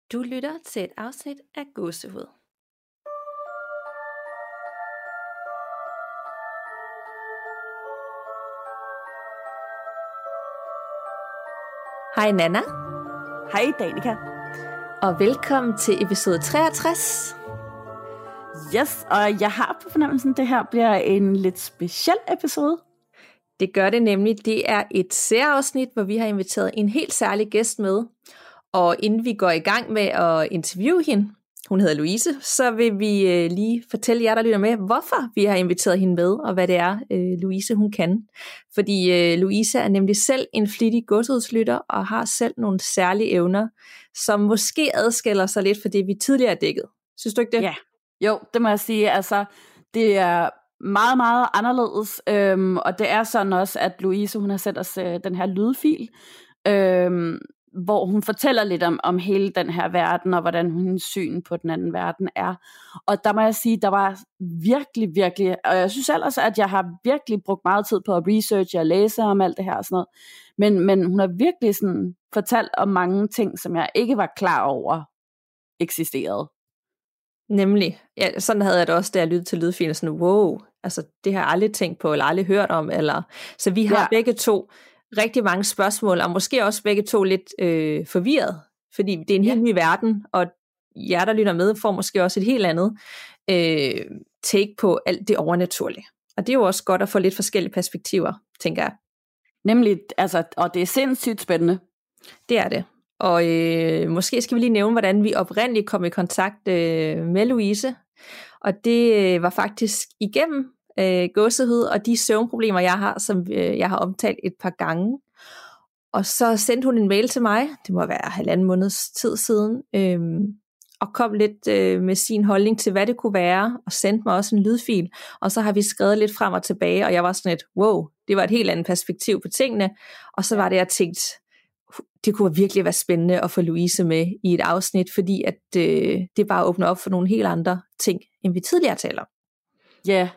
Du lytter til et afsnit af Gåsehud. Hej Nana. Hej Danika. Og velkommen til episode 63. Yes, og jeg har på fornemmelsen, at det her bliver en lidt speciel episode. Det gør det nemlig. Det er et særafsnit, hvor vi har inviteret en helt særlig gæst med. Og inden vi går i gang med at interviewe hende, hun hedder Louise, så vil vi lige fortælle jer, der lytter med, hvorfor vi har inviteret hende med, og hvad det er, Louise hun kan. Fordi Louise er nemlig selv en flittig gåsehudslytter, og har selv nogle særlige evner, som måske adskiller sig lidt fra det, vi tidligere har dækket. Synes du ikke det? Ja, jo, det må jeg sige. Altså, det er meget, meget anderledes, og det er sådan også, at Louise, hun har sendt os den her lydfil, hvor hun fortæller lidt om hele den her verden, og hvordan hendes syn på den anden verden er. Og der må jeg sige, der var virkelig, og jeg synes ellers, at jeg har virkelig brugt meget tid på at researche og læse om alt det her og sådan noget. Men hun har virkelig sådan fortalt om mange ting, som jeg ikke var klar over eksisterede. Nemlig. Ja, sådan havde jeg det også, da jeg lyttede til lydfilen, sådan, wow, altså det har jeg aldrig tænkt på, eller aldrig hørt om, eller så vi har begge to rigtig mange spørgsmål, og måske også begge to lidt forvirret, fordi det er en helt ny verden, og jer, der lytter med, får måske også et helt andet take på alt det overnaturlige. Og det er jo også godt at få lidt forskellige perspektiver, tænker jeg. Nemlig, altså, og det er sindssygt spændende. Det er det. Og måske skal vi lige nævne, hvordan vi oprindeligt kom i kontakt med Louise. Og det var faktisk igennem gåsehud og de søvnproblemer, jeg har, som jeg har omtalt et par gange. Og så sendte hun en mail til mig, det må være 1,5 måneds tid siden, og kom lidt med sin holdning til, hvad det kunne være, og sendte mig også en lydfil. Og så har vi skrevet lidt frem og tilbage, og jeg var sådan et, wow, det var et helt andet perspektiv på tingene. Og så var det, jeg tænkte, det kunne virkelig være spændende at få Louise med i et afsnit, fordi at det bare åbner op for nogle helt andre ting, end vi tidligere taler om. Ja. Yeah.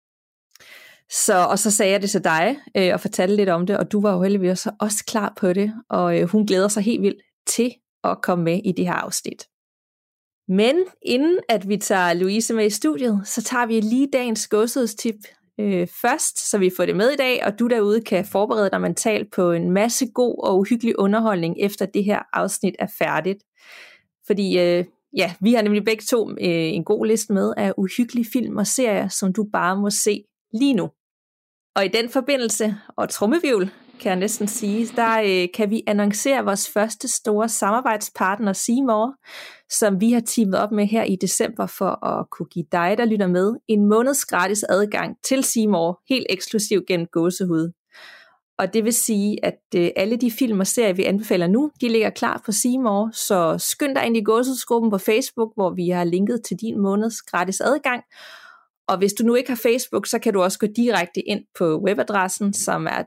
Og så sagde jeg det til dig, og fortalte lidt om det, og du var jo heldigvis også klar på det, og hun glæder sig helt vildt til at komme med i det her afsnit. Men inden at vi tager Louise med i studiet, så tager vi lige dagens gåsehudstip først, så vi får det med i dag, og du derude kan forberede dig mentalt på en masse god og uhyggelig underholdning, efter det her afsnit er færdigt. Fordi vi har nemlig begge to en god liste med af uhyggelige film og serier, som du bare må se lige nu. Og i den forbindelse, og trommevirvel kan jeg næsten sige, der kan vi annoncere vores første store samarbejdspartner C More, som vi har teamet op med her i december for at kunne give dig, der lytter med, en måneds gratis adgang til C More, helt eksklusivt gennem gåsehud. Og det vil sige, at alle de film og serier, vi anbefaler nu, de ligger klar på C More, så skynd dig ind i gåsehudsgruppen på Facebook, hvor vi har linket til din måneds gratis adgang. Og hvis du nu ikke har Facebook, så kan du også gå direkte ind på webadressen, som er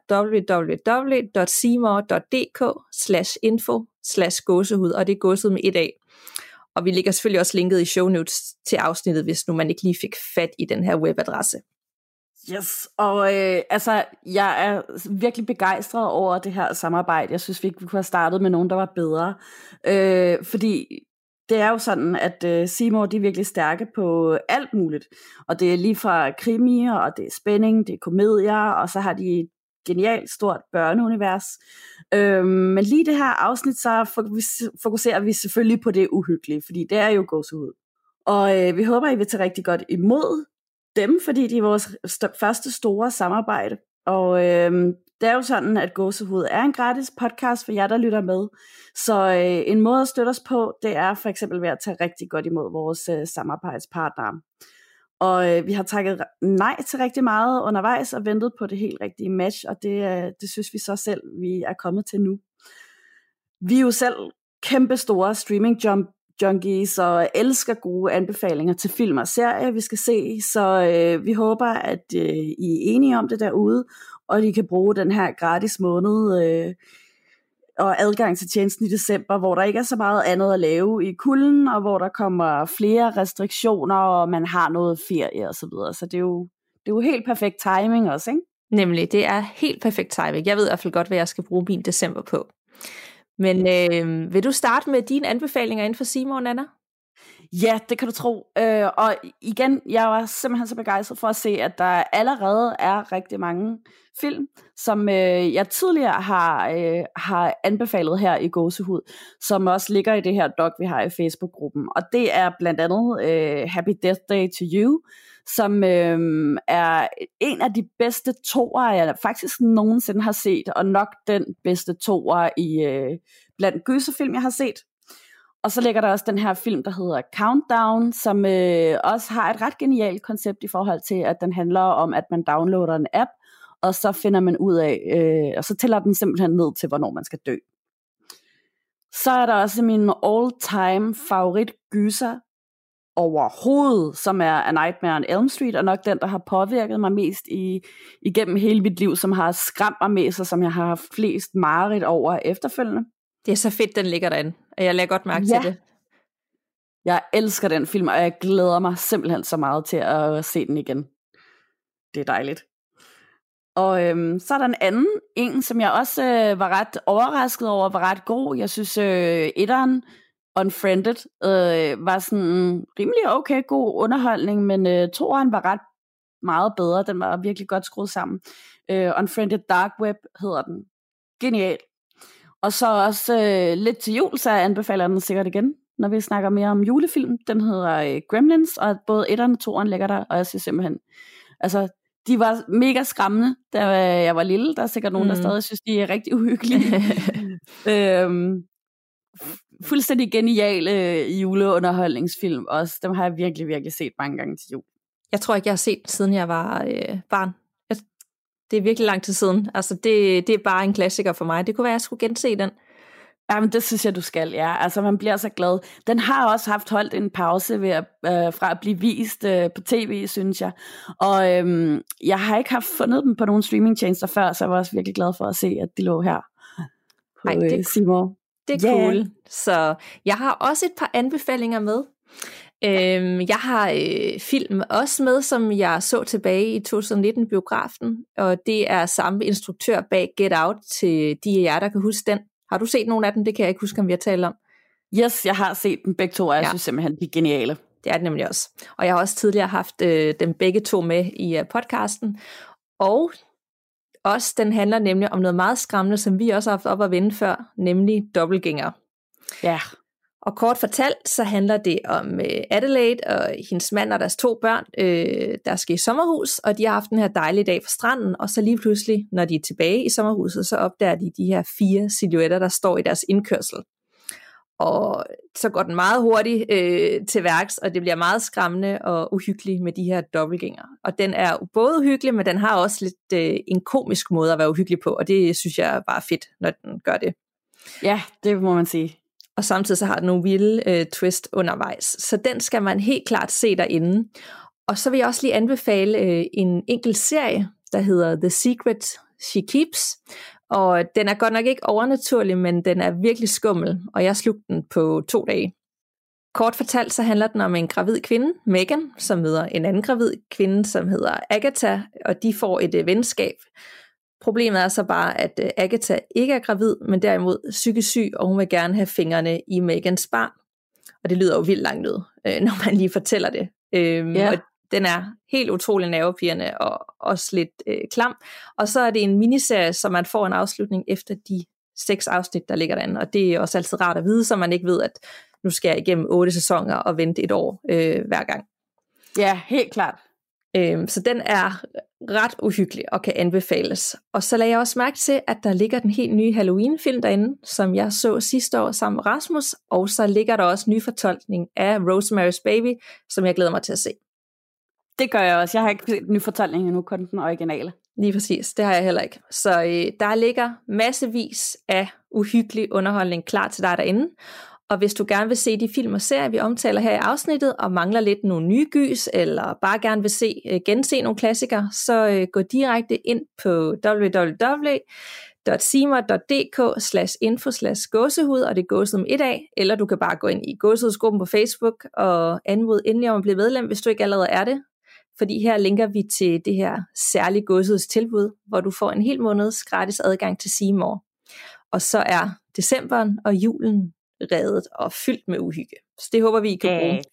www.cmore.dk/info/gåsehud, og det er gåsehud med 1 A. Og vi lægger selvfølgelig også linket i show notes til afsnittet, hvis nu man ikke lige fik fat i den her webadresse. Yes, og jeg er virkelig begejstret over det her samarbejde. Jeg synes, vi kunne have startet med nogen, der var bedre. Fordi det er jo sådan, at C More, de er virkelig stærke på alt muligt. Og det er lige fra krimier, og det er spænding, det er komedier, og så har de et genialt stort børneunivers. Men lige det her afsnit, så fokuserer vi selvfølgelig på det uhyggelige, fordi det er jo gåsehud. Og vi håber, I vil tage rigtig godt imod dem, fordi de er vores første store samarbejde. Og det er jo sådan, at Gåsehud er en gratis podcast for jer, der lytter med. Så en måde at støtte os på, det er for eksempel ved at tage rigtig godt imod vores samarbejdspartnere. Og vi har takket nej til rigtig meget undervejs og ventet på det helt rigtige match, og det synes vi så selv, vi er kommet til nu. Vi er jo selv kæmpe store streaming junkies og elsker gode anbefalinger til film og serier, vi skal se, så vi håber, at I er enige om det derude, og I kan bruge den her gratis måned og adgang til tjenesten i december, hvor der ikke er så meget andet at lave i kulden, og hvor der kommer flere restriktioner, og man har noget ferie og så videre, så det er jo helt perfekt timing også, ikke? Nemlig, det er helt perfekt timing. Jeg ved i hvert fald godt, hvad jeg skal bruge min december på. Men vil du starte med dine anbefalinger inden for Seymour, Nanna? Ja, det kan du tro. Og igen, jeg var simpelthen så begejstret for at se, at der allerede er rigtig mange film, som jeg tidligere har anbefalet her i Gåsehud, som også ligger i det her doc, vi har i Facebook-gruppen. Og det er blandt andet Happy Death Day to You, som er en af de bedste toer, jeg faktisk nogensinde har set, og nok den bedste toer blandt gyserfilm, jeg har set. Og så ligger der også den her film, der hedder Countdown, som også har et ret genialt koncept i forhold til, at den handler om, at man downloader en app, og så finder man ud af, og så tæller den simpelthen ned til, hvornår man skal dø. Så er der også min all-time favorit gyser overhovedet, som er A Nightmare on Elm Street, og nok den, der har påvirket mig mest igennem hele mit liv, som har skræmt mig mest, og som jeg har haft flest mareridt over efterfølgende. Det er så fedt, den ligger derinde, og jeg lægger godt mærke til det. Jeg elsker den film, og jeg glæder mig simpelthen så meget til at se den igen. Det er dejligt. Og så er der en anden, som jeg også var ret overrasket over, var ret god. Jeg synes, etteren, Unfriended, var sådan rimelig okay god underholdning, men toeren var ret meget bedre. Den var virkelig godt skruet sammen. Unfriended Dark Web hedder den. Genial. Og så også lidt til jul, så anbefaler den sikkert igen, når vi snakker mere om julefilm. Den hedder Gremlins, og både etteren og toeren ligger der, og jeg synes simpelthen, altså, de var mega skræmmende, da jeg var lille. Der er sikkert nogen, der stadig synes, de er rigtig uhyggelige. Fuldstændig geniale juleunderholdningsfilm også. Dem har jeg virkelig, virkelig set mange gange til jul. Jeg tror ikke, jeg har set den, siden jeg var barn. Det er virkelig lang tid siden. Altså, det er bare en klassiker for mig. Det kunne være, at jeg skulle gense den. Jamen, det synes jeg, du skal, ja. Altså, man bliver så glad. Den har også haft holdt en pause fra at blive vist på tv, synes jeg. Og jeg har ikke haft fundet dem på nogle streamingtjenester før, så jeg var også virkelig glad for at se, at de lå her på Seymour. Det er cool. Så jeg har også et par anbefalinger med. Jeg har film også med, som jeg så tilbage i 2019 biografen, og det er samme instruktør bag Get Out, til de af jer, der kan huske den. Har du set nogle af dem? Det kan jeg ikke huske, om vi har talt om. Yes, jeg har set dem begge to, og jeg synes simpelthen, de er geniale. Det er det nemlig også. Og jeg har også tidligere haft dem begge to med i podcasten. Og også den handler nemlig om noget meget skræmmende, som vi også har haft op at vende før, nemlig dobbeltgængere. Ja. Og kort fortalt, så handler det om Adelaide og hendes mand og deres 2 børn, der skal i sommerhus, og de har haft den her dejlige dag på stranden, og så lige pludselig, når de er tilbage i sommerhuset, så opdager de her 4 silhuetter, der står i deres indkørsel. Og så går den meget hurtigt til værks, og det bliver meget skræmmende og uhyggeligt med de her dobbeltgængere. Og den er både uhyggelig, men den har også lidt en komisk måde at være uhyggelig på, og det synes jeg er bare fedt, når den gør det. Ja, det må man sige. Og samtidig så har den nogle vilde twist undervejs. Så den skal man helt klart se derinde. Og så vil jeg også lige anbefale en enkelt serie, der hedder The Secret She Keeps. Og den er godt nok ikke overnaturlig, men den er virkelig skummel, og jeg slugte den på 2 dage. Kort fortalt så handler den om en gravid kvinde, Megan, som møder en anden gravid kvinde, som hedder Agatha, og de får et venskab. Problemet er så bare, at Agatha ikke er gravid, men derimod psykisk syg, og hun vil gerne have fingrene i Megans barn. Og det lyder jo vildt langt ud, når man lige fortæller det. Og den er helt utrolig nervepirrende og også lidt klam. Og så er det en miniserie, så man får en afslutning efter de 6 afsnit, der ligger derinde. Og det er også altid rart at vide, så man ikke ved, at nu skal jeg igennem 8 sæsoner og vente 1 år hver gang. Ja, helt klart. Så den er ret uhyggelig og kan anbefales. Og så lagde jeg også mærke til, at der ligger den helt nye Halloween-film derinde, som jeg så sidste år sammen med Rasmus. Og så ligger der også ny fortolkning af Rosemary's Baby, som jeg glæder mig til at se. Det gør jeg også. Jeg har ikke set ny fortolkning endnu, kun den originale. Lige præcis, det har jeg heller ikke. Så der ligger massevis af uhyggelig underholdning klar til dig derinde. Og hvis du gerne vil se de film og serier, vi omtaler her i afsnittet, og mangler lidt nogle nye gys, eller bare gerne vil gense nogle klassikere, så gå direkte ind på www.seymour.dk/info/gåsehud, og det er gåsehud med 1 af, eller du kan bare gå ind i gåsehudsgruppen på Facebook og anmode endelig om at blive medlem, hvis du ikke allerede er det. Fordi her linker vi til det her særlige gåsehudstilbud, hvor du får en hel måneds gratis adgang til Seymour. og så er decemberen og julen reddet og fyldt med uhygge. Så det håber vi, I kan bruge.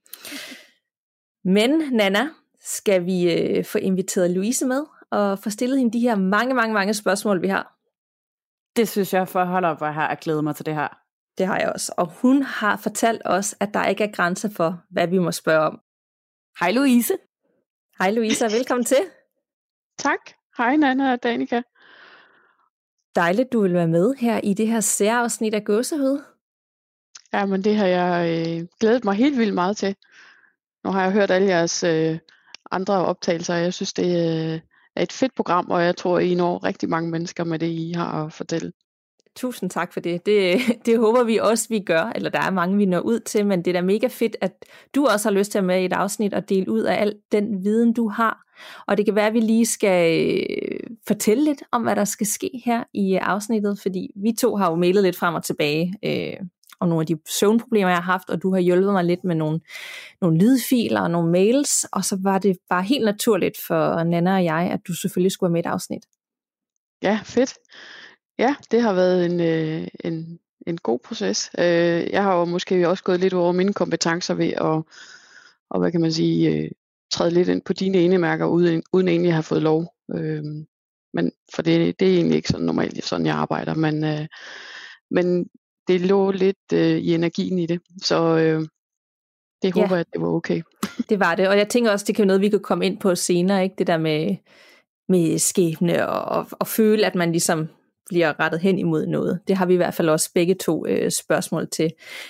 Men Nanna, skal vi få inviteret Louise med og få stillet hende de her mange spørgsmål, vi har? Det synes jeg, for at holde op, hvor jeg har glædet mig til det her. Det har jeg også. Og hun har fortalt os, at der ikke er grænser for, hvad vi må spørge om. Hej Louise. Hej Louise, og velkommen til. Tak. Hej Nanna og Danika. Dejligt, du vil være med her i det her særafsnit af Gåsehud. Ja, men det har jeg glædet mig helt vildt meget til. Nu har jeg hørt alle jeres andre optagelser, og jeg synes, det er et fedt program, og jeg tror, I når rigtig mange mennesker med det, I har at fortælle. Tusind tak for det. Det håber vi også, vi gør, eller der er mange, vi når ud til, men det er da mega fedt, at du også har lyst til at med i et afsnit og dele ud af al den viden, du har. Og det kan være, at vi lige skal fortælle lidt om, hvad der skal ske her i afsnittet, fordi vi to har jo mailet lidt frem og tilbage om nogle af de søvnproblemer, jeg har haft, og du har hjulpet mig lidt med nogle lydfiler og nogle mails, og så var det bare helt naturligt for Nanna og jeg, at du selvfølgelig skulle være med i et afsnit. Ja, fedt. Ja, det har været en god proces. Jeg har jo måske også gået lidt over mine kompetencer ved at hvad kan man sige, træde lidt ind på dine enemærker, uden egentlig at have fået lov. Men for det er egentlig ikke sådan normalt, sådan jeg arbejder, men det lå lidt i energien i det, så det håber jeg, at det var okay. Det var det, og jeg tænker også, det kan være noget, vi kan komme ind på senere, ikke? Det der med skæbne og føle, at man ligesom bliver rettet hen imod noget. Det har vi i hvert fald også begge to spørgsmål til.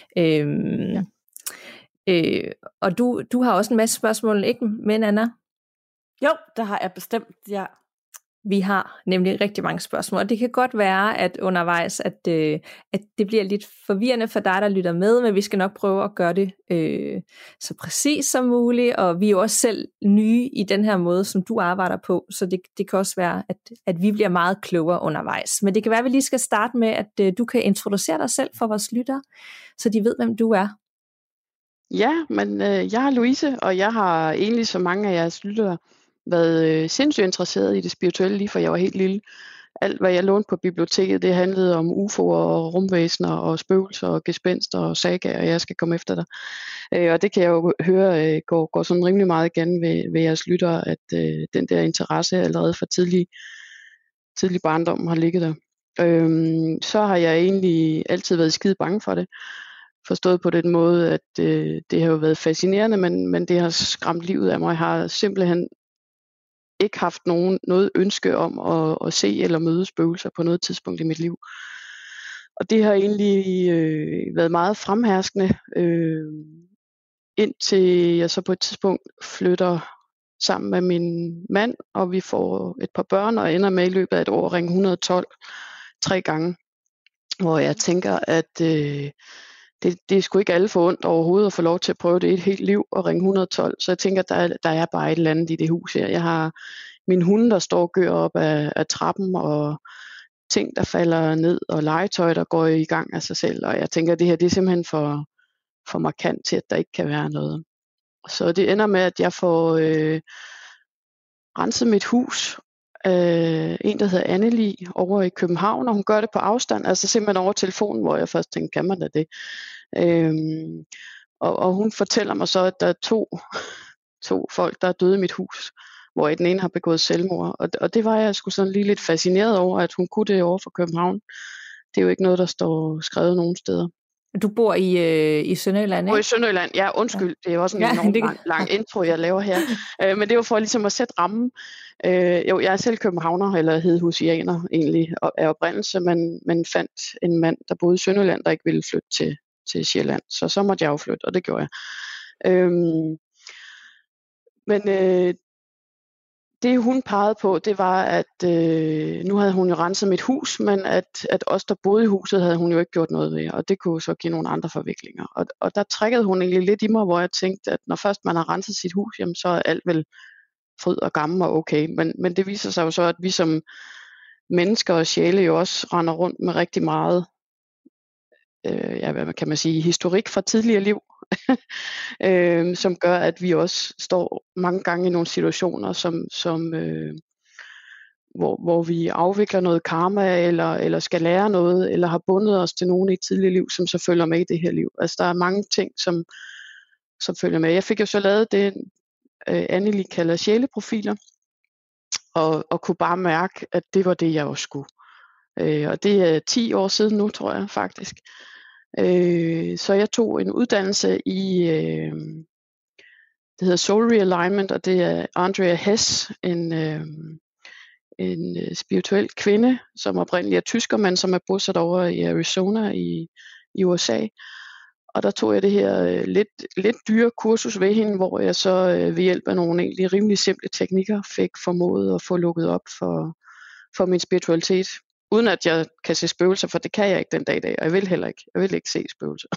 Og du har også en masse spørgsmål, ikke med Anna? Jo, det har jeg bestemt, ja. Vi har nemlig rigtig mange spørgsmål, og det kan godt være, at undervejs, at det bliver lidt forvirrende for dig, der lytter med, men vi skal nok prøve at gøre det så præcis som muligt, og vi er jo også selv nye i den her måde, som du arbejder på, så det kan også være, at vi bliver meget klogere undervejs. Men det kan være, at vi lige skal starte med, at du kan introducere dig selv for vores lyttere, så de ved, hvem du er. Ja, men jeg er Louise, og jeg har egentlig så mange af jeres lyttere været sindssygt interesseret i det spirituelle, lige fra jeg var helt lille. Alt, hvad jeg lånte på biblioteket, det handlede om UFO'er og rumvæsener og spøgelser og gespenster og sagaer, og jeg skal komme efter dig. Og det kan jeg jo høre går sådan rimelig meget igen ved jeres lyttere, at den der interesse allerede fra tidlig barndom har ligget der. Så har jeg egentlig altid været skide bange for det. Forstået på den måde, at det har jo været fascinerende, men det har skræmt livet af mig. Jeg har simpelthen ikke haft noget ønske om at se eller møde spøgelser på noget tidspunkt i mit liv. Og det har egentlig været meget fremherskende, indtil jeg så på et tidspunkt flytter sammen med min mand, og vi får et par børn, og ender med i løbet af et år ringe 112 3 gange, hvor jeg tænker, at det er sgu ikke alle for ondt overhovedet at få lov til at prøve det et helt liv og ringe 112. Så jeg tænker, der er bare et eller andet i det hus her. Jeg har min hunde, der står og gør op af trappen, og ting, der falder ned, og legetøj, der går i gang af sig selv. Og jeg tænker, at det her det er simpelthen for markant til, at der ikke kan være noget. Så det ender med, at jeg får renset mit hus. En, der hedder Anneli over i København, og hun gør det på afstand, altså simpelthen over telefonen, hvor jeg først tænkte, kan man da det? Og hun fortæller mig så, at der er to folk, der er døde i mit hus, hvor den ene har begået selvmord, og det var jeg sgu sådan lige lidt fascineret over, at hun kunne det over for København. Det er jo ikke noget, der står skrevet nogen steder. Du bor i Sønderjylland, ikke? Jeg bor i Sønderjylland, ja, undskyld. Ja. Det er også en enormt lang intro, jeg laver her. Men det var for ligesom at sætte rammen. Jo, jeg er selv københavner, eller hedhusianer egentlig, af oprindelse, men fandt en mand, der boede i Sønderjylland, der ikke ville flytte til Sjælland. Så måtte jeg jo flytte, og det gjorde jeg. Men det hun pegede på, det var, at nu havde hun jo renset mit hus, men at os, der boede i huset, havde hun jo ikke gjort noget ved, og det kunne så give nogle andre forviklinger. Og der trækkede hun egentlig lidt i mig, hvor jeg tænkte, at når først man har renset sit hus, jamen, så er alt vel fryd og gammel og okay. Men det viser sig jo så, at vi som mennesker og sjæle jo også render rundt med rigtig meget, hvad kan man sige, historik fra tidligere liv, som gør, at vi også står mange gange i nogle situationer, som hvor vi afvikler noget karma, eller skal lære noget, eller har bundet os til nogen i et tidligere liv, som så følger med i det her liv. Altså der er mange ting, som følger med. Jeg fik jo så lavet det, Anneli kalder sjæleprofiler, og kunne bare mærke, at det var det, jeg også skulle. Og det er 10 år siden nu, tror jeg faktisk. Så jeg tog en uddannelse i, det hedder Soul Realignment, og det er Andrea Hess, en spirituel kvinde, som oprindeligt er tysker, men som er bosat over i Arizona i USA. Og der tog jeg det her lidt dyre kursus ved hende, hvor jeg så ved hjælp af nogle egentlig rimelig simple teknikker fik formået at få lukket op for min spiritualitet. Uden at jeg kan se spøgelser, for det kan jeg ikke den dag i dag, og jeg vil heller ikke. Jeg vil ikke se spøgelser.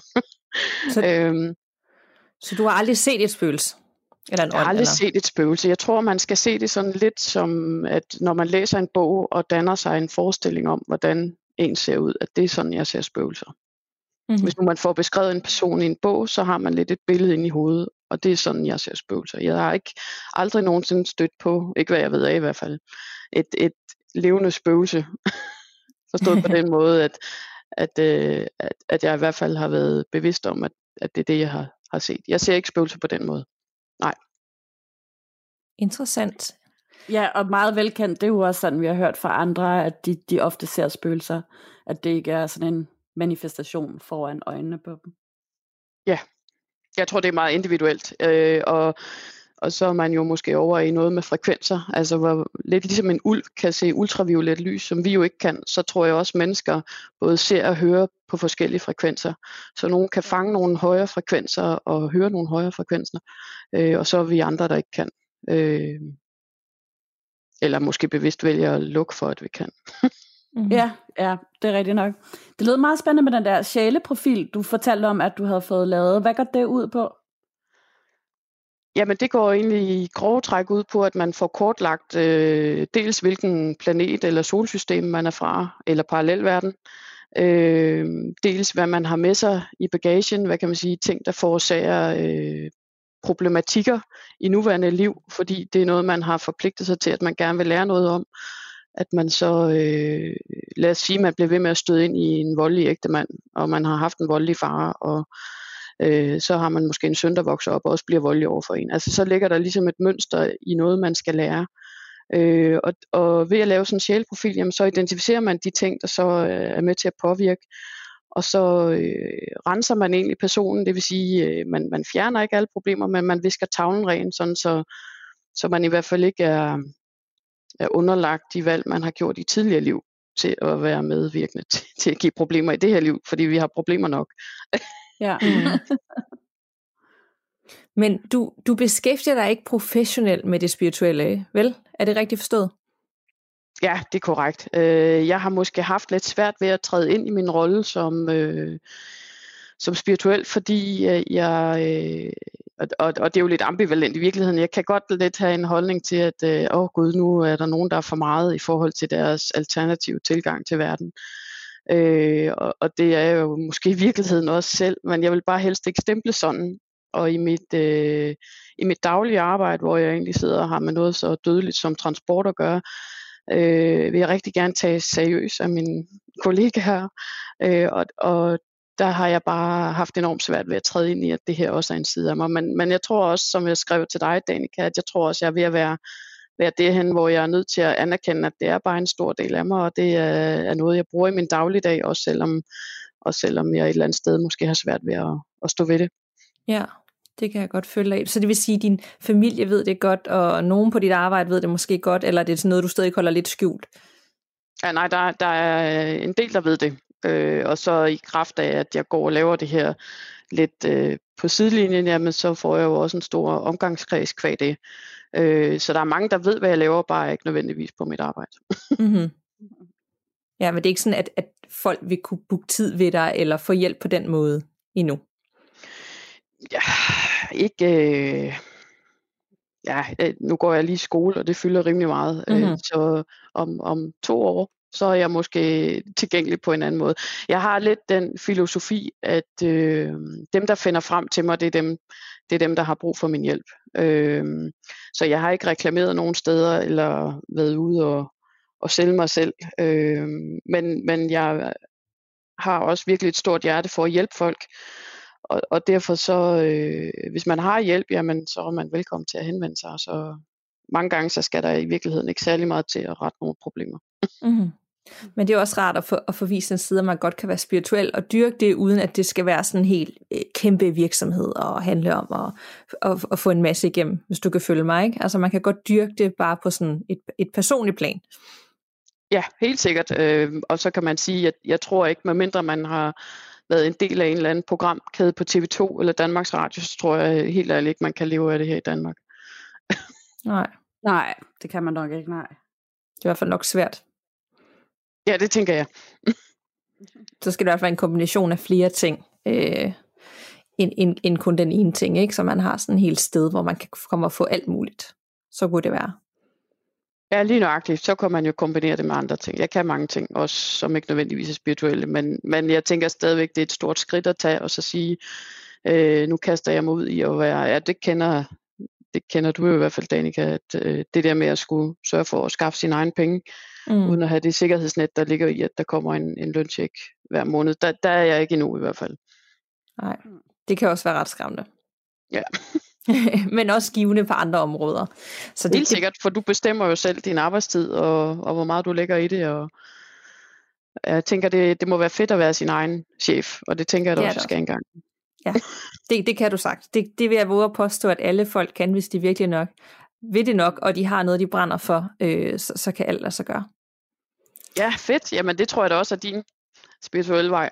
Så du har aldrig set et spøgelse? Eller en jeg har aldrig set et spøgelse. Jeg tror, man skal se det sådan lidt som, at når man læser en bog og danner sig en forestilling om, hvordan en ser ud, at det er sådan, jeg ser spøgelser. Mm-hmm. Hvis nu man får beskrevet en person i en bog, så har man lidt et billede inde i hovedet, og det er sådan, jeg ser spøgelser. Jeg har aldrig nogensinde stødt på, ikke hvad jeg ved af i hvert fald, et levende spøgelse. Forstået på den måde, at jeg i hvert fald har været bevidst om, at det er det, jeg har set. Jeg ser ikke spøgelser på den måde. Nej. Interessant. Ja, og meget velkendt, det er jo også sådan, vi har hørt fra andre, at de ofte ser spøgelser, at det ikke er sådan en manifestation foran øjnene på dem. Ja, jeg tror, det er meget individuelt, og så er man jo måske over i noget med frekvenser, altså hvor lidt ligesom en ulv kan se ultraviolet lys, som vi jo ikke kan, så tror jeg også mennesker både ser og hører på forskellige frekvenser, så nogen kan fange nogle højere frekvenser og høre nogle højere frekvenser, og så er vi andre, der ikke kan, eller måske bevidst vælger at lukke for, at vi kan. Mm-hmm. Ja, det er rigtigt nok. Det lød meget spændende med den der sjæleprofil, du fortalte om, at du havde fået lavet. Hvad går det ud på? Jamen det går egentlig i grove træk ud på, at man får kortlagt dels hvilken planet eller solsystem man er fra, eller parallelverden. Dels hvad man har med sig i bagagen, hvad kan man sige, ting der forårsager problematikker i nuværende liv, fordi det er noget, man har forpligtet sig til, at man gerne vil lære noget om. At man så, lad os sige, man bliver ved med at støde ind i en voldelig ægtemand, og man har haft en voldelig far, og så har man måske en søn, der vokser op og også bliver voldelig over for en. Altså så ligger der ligesom et mønster i noget, man skal lære. Og ved at lave sådan en sjæleprofil, jamen, så identificerer man de ting, der så er med til at påvirke, og så renser man egentlig personen, det vil sige, man fjerner ikke alle problemer, men man visker tavlen ren, sådan så man i hvert fald ikke er underlagt de valg, man har gjort i tidligere liv, til at være medvirkende til at give problemer i det her liv, fordi vi har problemer nok. Ja. Men du beskæftiger dig ikke professionelt med det spirituelle, vel? Er det rigtigt forstået? Ja, det er korrekt. Jeg har måske haft lidt svært ved at træde ind i min rolle som spirituel, fordi og det er jo lidt ambivalent i virkeligheden. Jeg kan godt lidt have en holdning til, at gud, nu er der nogen, der er for meget i forhold til deres alternative tilgang til verden. Og det er jo måske i virkeligheden også selv, men jeg vil bare helst ikke stemple sådan. Og i mit daglige arbejde, hvor jeg egentlig sidder og har med noget så dødeligt som transport at gøre, vil jeg rigtig gerne tage seriøst af mine kollegaer. Og der har jeg bare haft enormt svært ved at træde ind i, at det her også er en side af mig. Men jeg tror også, som jeg skrev til dig, Danika, at jeg tror også, jeg er ved at være derhen, hvor jeg er nødt til at anerkende, at det er bare en stor del af mig, og det er noget, jeg bruger i min dagligdag, også selvom jeg et eller andet sted måske har svært ved at stå ved det. Ja, det kan jeg godt følge af. Så det vil sige, at din familie ved det godt, og nogen på dit arbejde ved det måske godt, eller er det sådan noget, du stadig holder lidt skjult? Ja, nej, der er en del, der ved det. Og så i kraft af, at jeg går og laver det her lidt på sidelinjen, jamen så får jeg jo også en stor omgangskreds kvad det. Så der er mange, der ved, hvad jeg laver, bare ikke nødvendigvis på mit arbejde. Mm-hmm. Ja, men det er ikke sådan, at folk vil kunne booke tid ved dig, eller få hjælp på den måde endnu? Ja, ikke... nu går jeg lige i skole, og det fylder rimelig meget. Mm-hmm. Så om 2 år, så er jeg måske tilgængelig på en anden måde. Jeg har lidt den filosofi, at dem, der finder frem til mig, det er dem, der har brug for min hjælp. Så jeg har ikke reklameret nogen steder, eller været ude at sælge mig selv. Men jeg har også virkelig et stort hjerte for at hjælpe folk. Og derfor så, hvis man har hjælp, jamen, så er man velkommen til at henvende sig. Så mange gange, så skal der i virkeligheden ikke særlig meget til at rette nogle problemer. Mm-hmm. Men det er også rart at få vist en side, at man godt kan være spirituel og dyrke det, uden at det skal være sådan en helt kæmpe virksomhed og handle om at få en masse igennem, hvis du kan følge mig, ikke? Altså man kan godt dyrke det bare på sådan et personligt plan. Ja, helt sikkert. Og så kan man sige, at jeg tror ikke, medmindre man har været en del af en eller anden programkæde på TV2 eller Danmarks Radio, så tror jeg helt ærligt ikke, man kan leve af det her i Danmark. Nej, det kan man nok ikke, nej. Det er i hvert fald nok svært. Ja, det tænker jeg. Så skal det i hvert fald være en kombination af flere ting, end kun den ene ting, ikke? Så man har sådan et helt sted, hvor man kan komme og få alt muligt. Så kunne det være. Ja, lige nøjagtigt. Så kan man jo kombinere det med andre ting. Jeg kan mange ting, også som ikke nødvendigvis er spirituelle, men jeg tænker stadigvæk, det er et stort skridt at tage, og så sige, nu kaster jeg mig ud i at være, ja, det kender du jo i hvert fald, Danika, at det der med at skulle sørge for at skaffe sine egne penge, uden at have det sikkerhedsnet, der ligger i, at der kommer en løncheck hver måned. Der er jeg ikke endnu i hvert fald. Nej, det kan også være ret skræmmende. Ja. Men også givende på andre områder. Så det, helt sikkert, for du bestemmer jo selv din arbejdstid, og hvor meget du lægger i det, og jeg tænker, det må være fedt at være sin egen chef, og det tænker jeg da også skal engang. Ja, det kan du sagt. Det vil jeg våge at påstå, at alle folk kan, hvis de virkelig nok ved det nok, og de har noget, de brænder for, så kan alt lade sig gøre. Ja, fedt. Jamen det tror jeg da også er din spirituelle vej.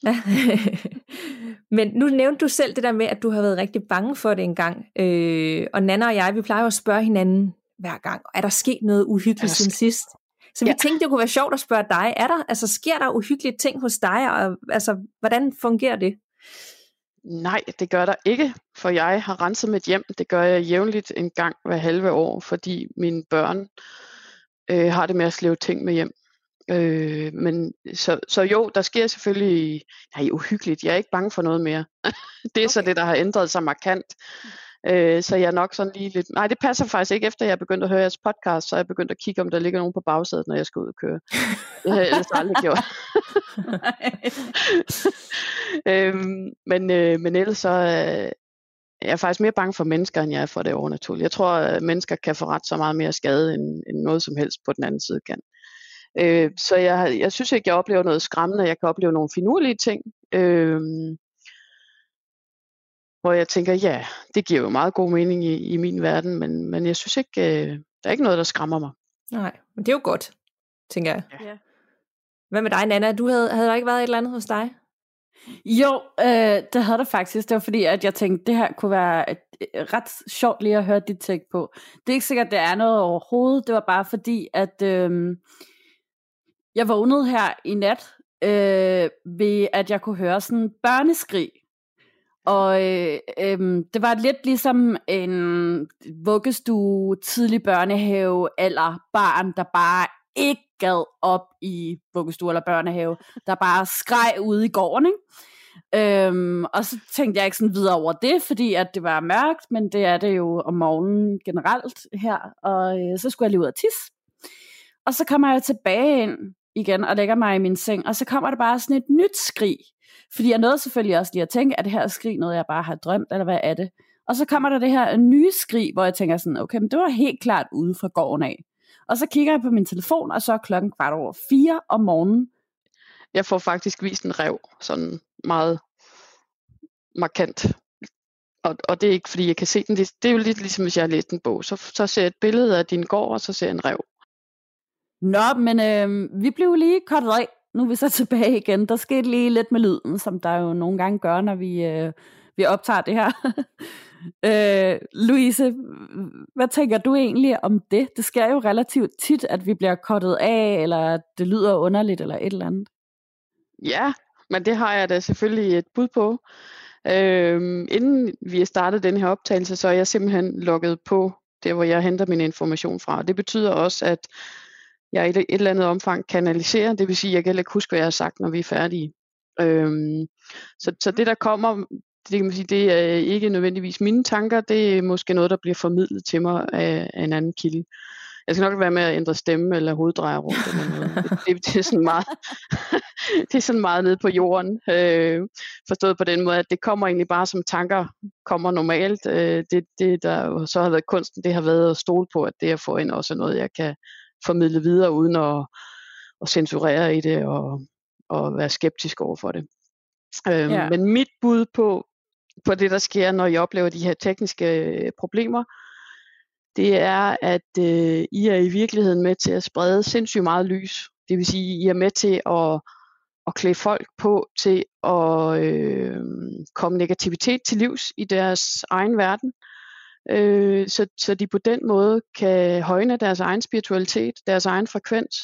Men nu nævnte du selv det der med, at du har været rigtig bange for det engang. Og Nanna og jeg, vi plejer jo at spørge hinanden hver gang, er der sket noget uhyggeligt siden sidst? Så vi tænkte, det kunne være sjovt at spørge dig, sker der uhyggelige ting hos dig, og altså, hvordan fungerer det? Nej, det gør der ikke, for jeg har renset mit hjem. Det gør jeg jævnligt en gang hver halve år, fordi mine børn har det med at slæve ting med hjem. Men så jo, der sker selvfølgelig, nej, uhyggeligt, jeg er ikke bange for noget mere. Det er så det, der har ændret sig markant. Så jeg er nok sådan lige lidt, nej, det passer faktisk ikke, efter jeg er begyndt at høre jeres podcast, så er jeg begyndt at kigge, om der ligger nogen på bagsædet, når jeg skal ud og køre. Det har jeg ellers aldrig gjort. Men ellers så jeg er faktisk mere bange for mennesker, end jeg er for det overnaturlige. Jeg tror, at mennesker kan få ret så meget mere skade, end noget som helst på den anden side kan. Så jeg synes ikke, jeg oplever noget skræmmende. Jeg kan opleve nogle finurlige ting, hvor jeg tænker, ja, det giver jo meget god mening i min verden, men jeg synes ikke, der er ikke noget, der skræmmer mig. Nej, men det er jo godt, tænker jeg. Ja. Hvad med dig, Nanna? Havde der ikke været et eller andet hos dig? Jo, det havde der faktisk. Det var fordi, at jeg tænkte, det her kunne være ret sjovt lige at høre dit take på. Det er ikke sikkert, det er noget overhovedet. Det var bare fordi, at jeg vågnede her i nat ved, at jeg kunne høre sådan børneskrig. Og det var lidt ligesom en vuggestue, tidlig børnehave eller barn, der bare ikke gad op i vuggestue eller børnehave, der bare skreg ude i gården, ikke? Og så tænkte jeg ikke sådan videre over det, fordi at det var mørkt, men det er det jo om morgenen generelt her, og så skulle jeg lige ud og tisse. Og så kommer jeg tilbage ind igen og lægger mig i min seng, og så kommer der bare sådan et nyt skrig, fordi jeg nåede selvfølgelig også lige at tænke, er det her skrig noget, jeg bare har drømt, eller hvad er det? Og så kommer der det her nye skrig, hvor jeg tænker sådan, okay, men det var helt klart ude fra gården af. Og så kigger jeg på min telefon, og så er 4:15 om morgenen. Jeg får faktisk vist en ræv, sådan meget markant. Og det er ikke, fordi jeg kan se den. Det er jo lidt ligesom, hvis jeg har læst en bog. Så ser jeg et billede af din gård, og så ser jeg en ræv. Nå, men vi blev lige kortet af. Nu er vi så tilbage igen. Der skete lige lidt med lyden, som der jo nogle gange gør, når vi optager det her. Louise, hvad tænker du egentlig om det? Det sker jo relativt tit, at vi bliver kortet af, eller det lyder underligt, eller et eller andet. Ja, men det har jeg da selvfølgelig et bud på. Inden vi startede den her optagelse, så er jeg simpelthen logget på der, hvor jeg henter min information fra. Det betyder også, at jeg i et eller andet omfang kanaliserer, det vil sige, at jeg kan ikke huske, hvad jeg har sagt, når vi er færdige. Så det, der kommer, det kan man sige, det er ikke nødvendigvis mine tanker, det er måske noget, der bliver formidlet til mig af en anden kilde. Jeg skal nok være med at ændre stemme eller hoveddreje rundt eller noget. Det er sådan meget, det er sådan meget nede på jorden. Forstået på den måde, at det kommer egentlig bare som tanker kommer normalt. Det der så har været kunsten, det har været at stole på, at det jeg får ind også er noget, jeg kan formidle videre uden at censurere i det og være skeptisk over for det. Men mit bud på det, der sker, når jeg oplever de her tekniske problemer, det er, at I er i virkeligheden med til at sprede sindssygt meget lys. Det vil sige, I er med til at klæde folk på til at komme negativitet til livs i deres egen verden. Så de på den måde kan højne deres egen spiritualitet, deres egen frekvens,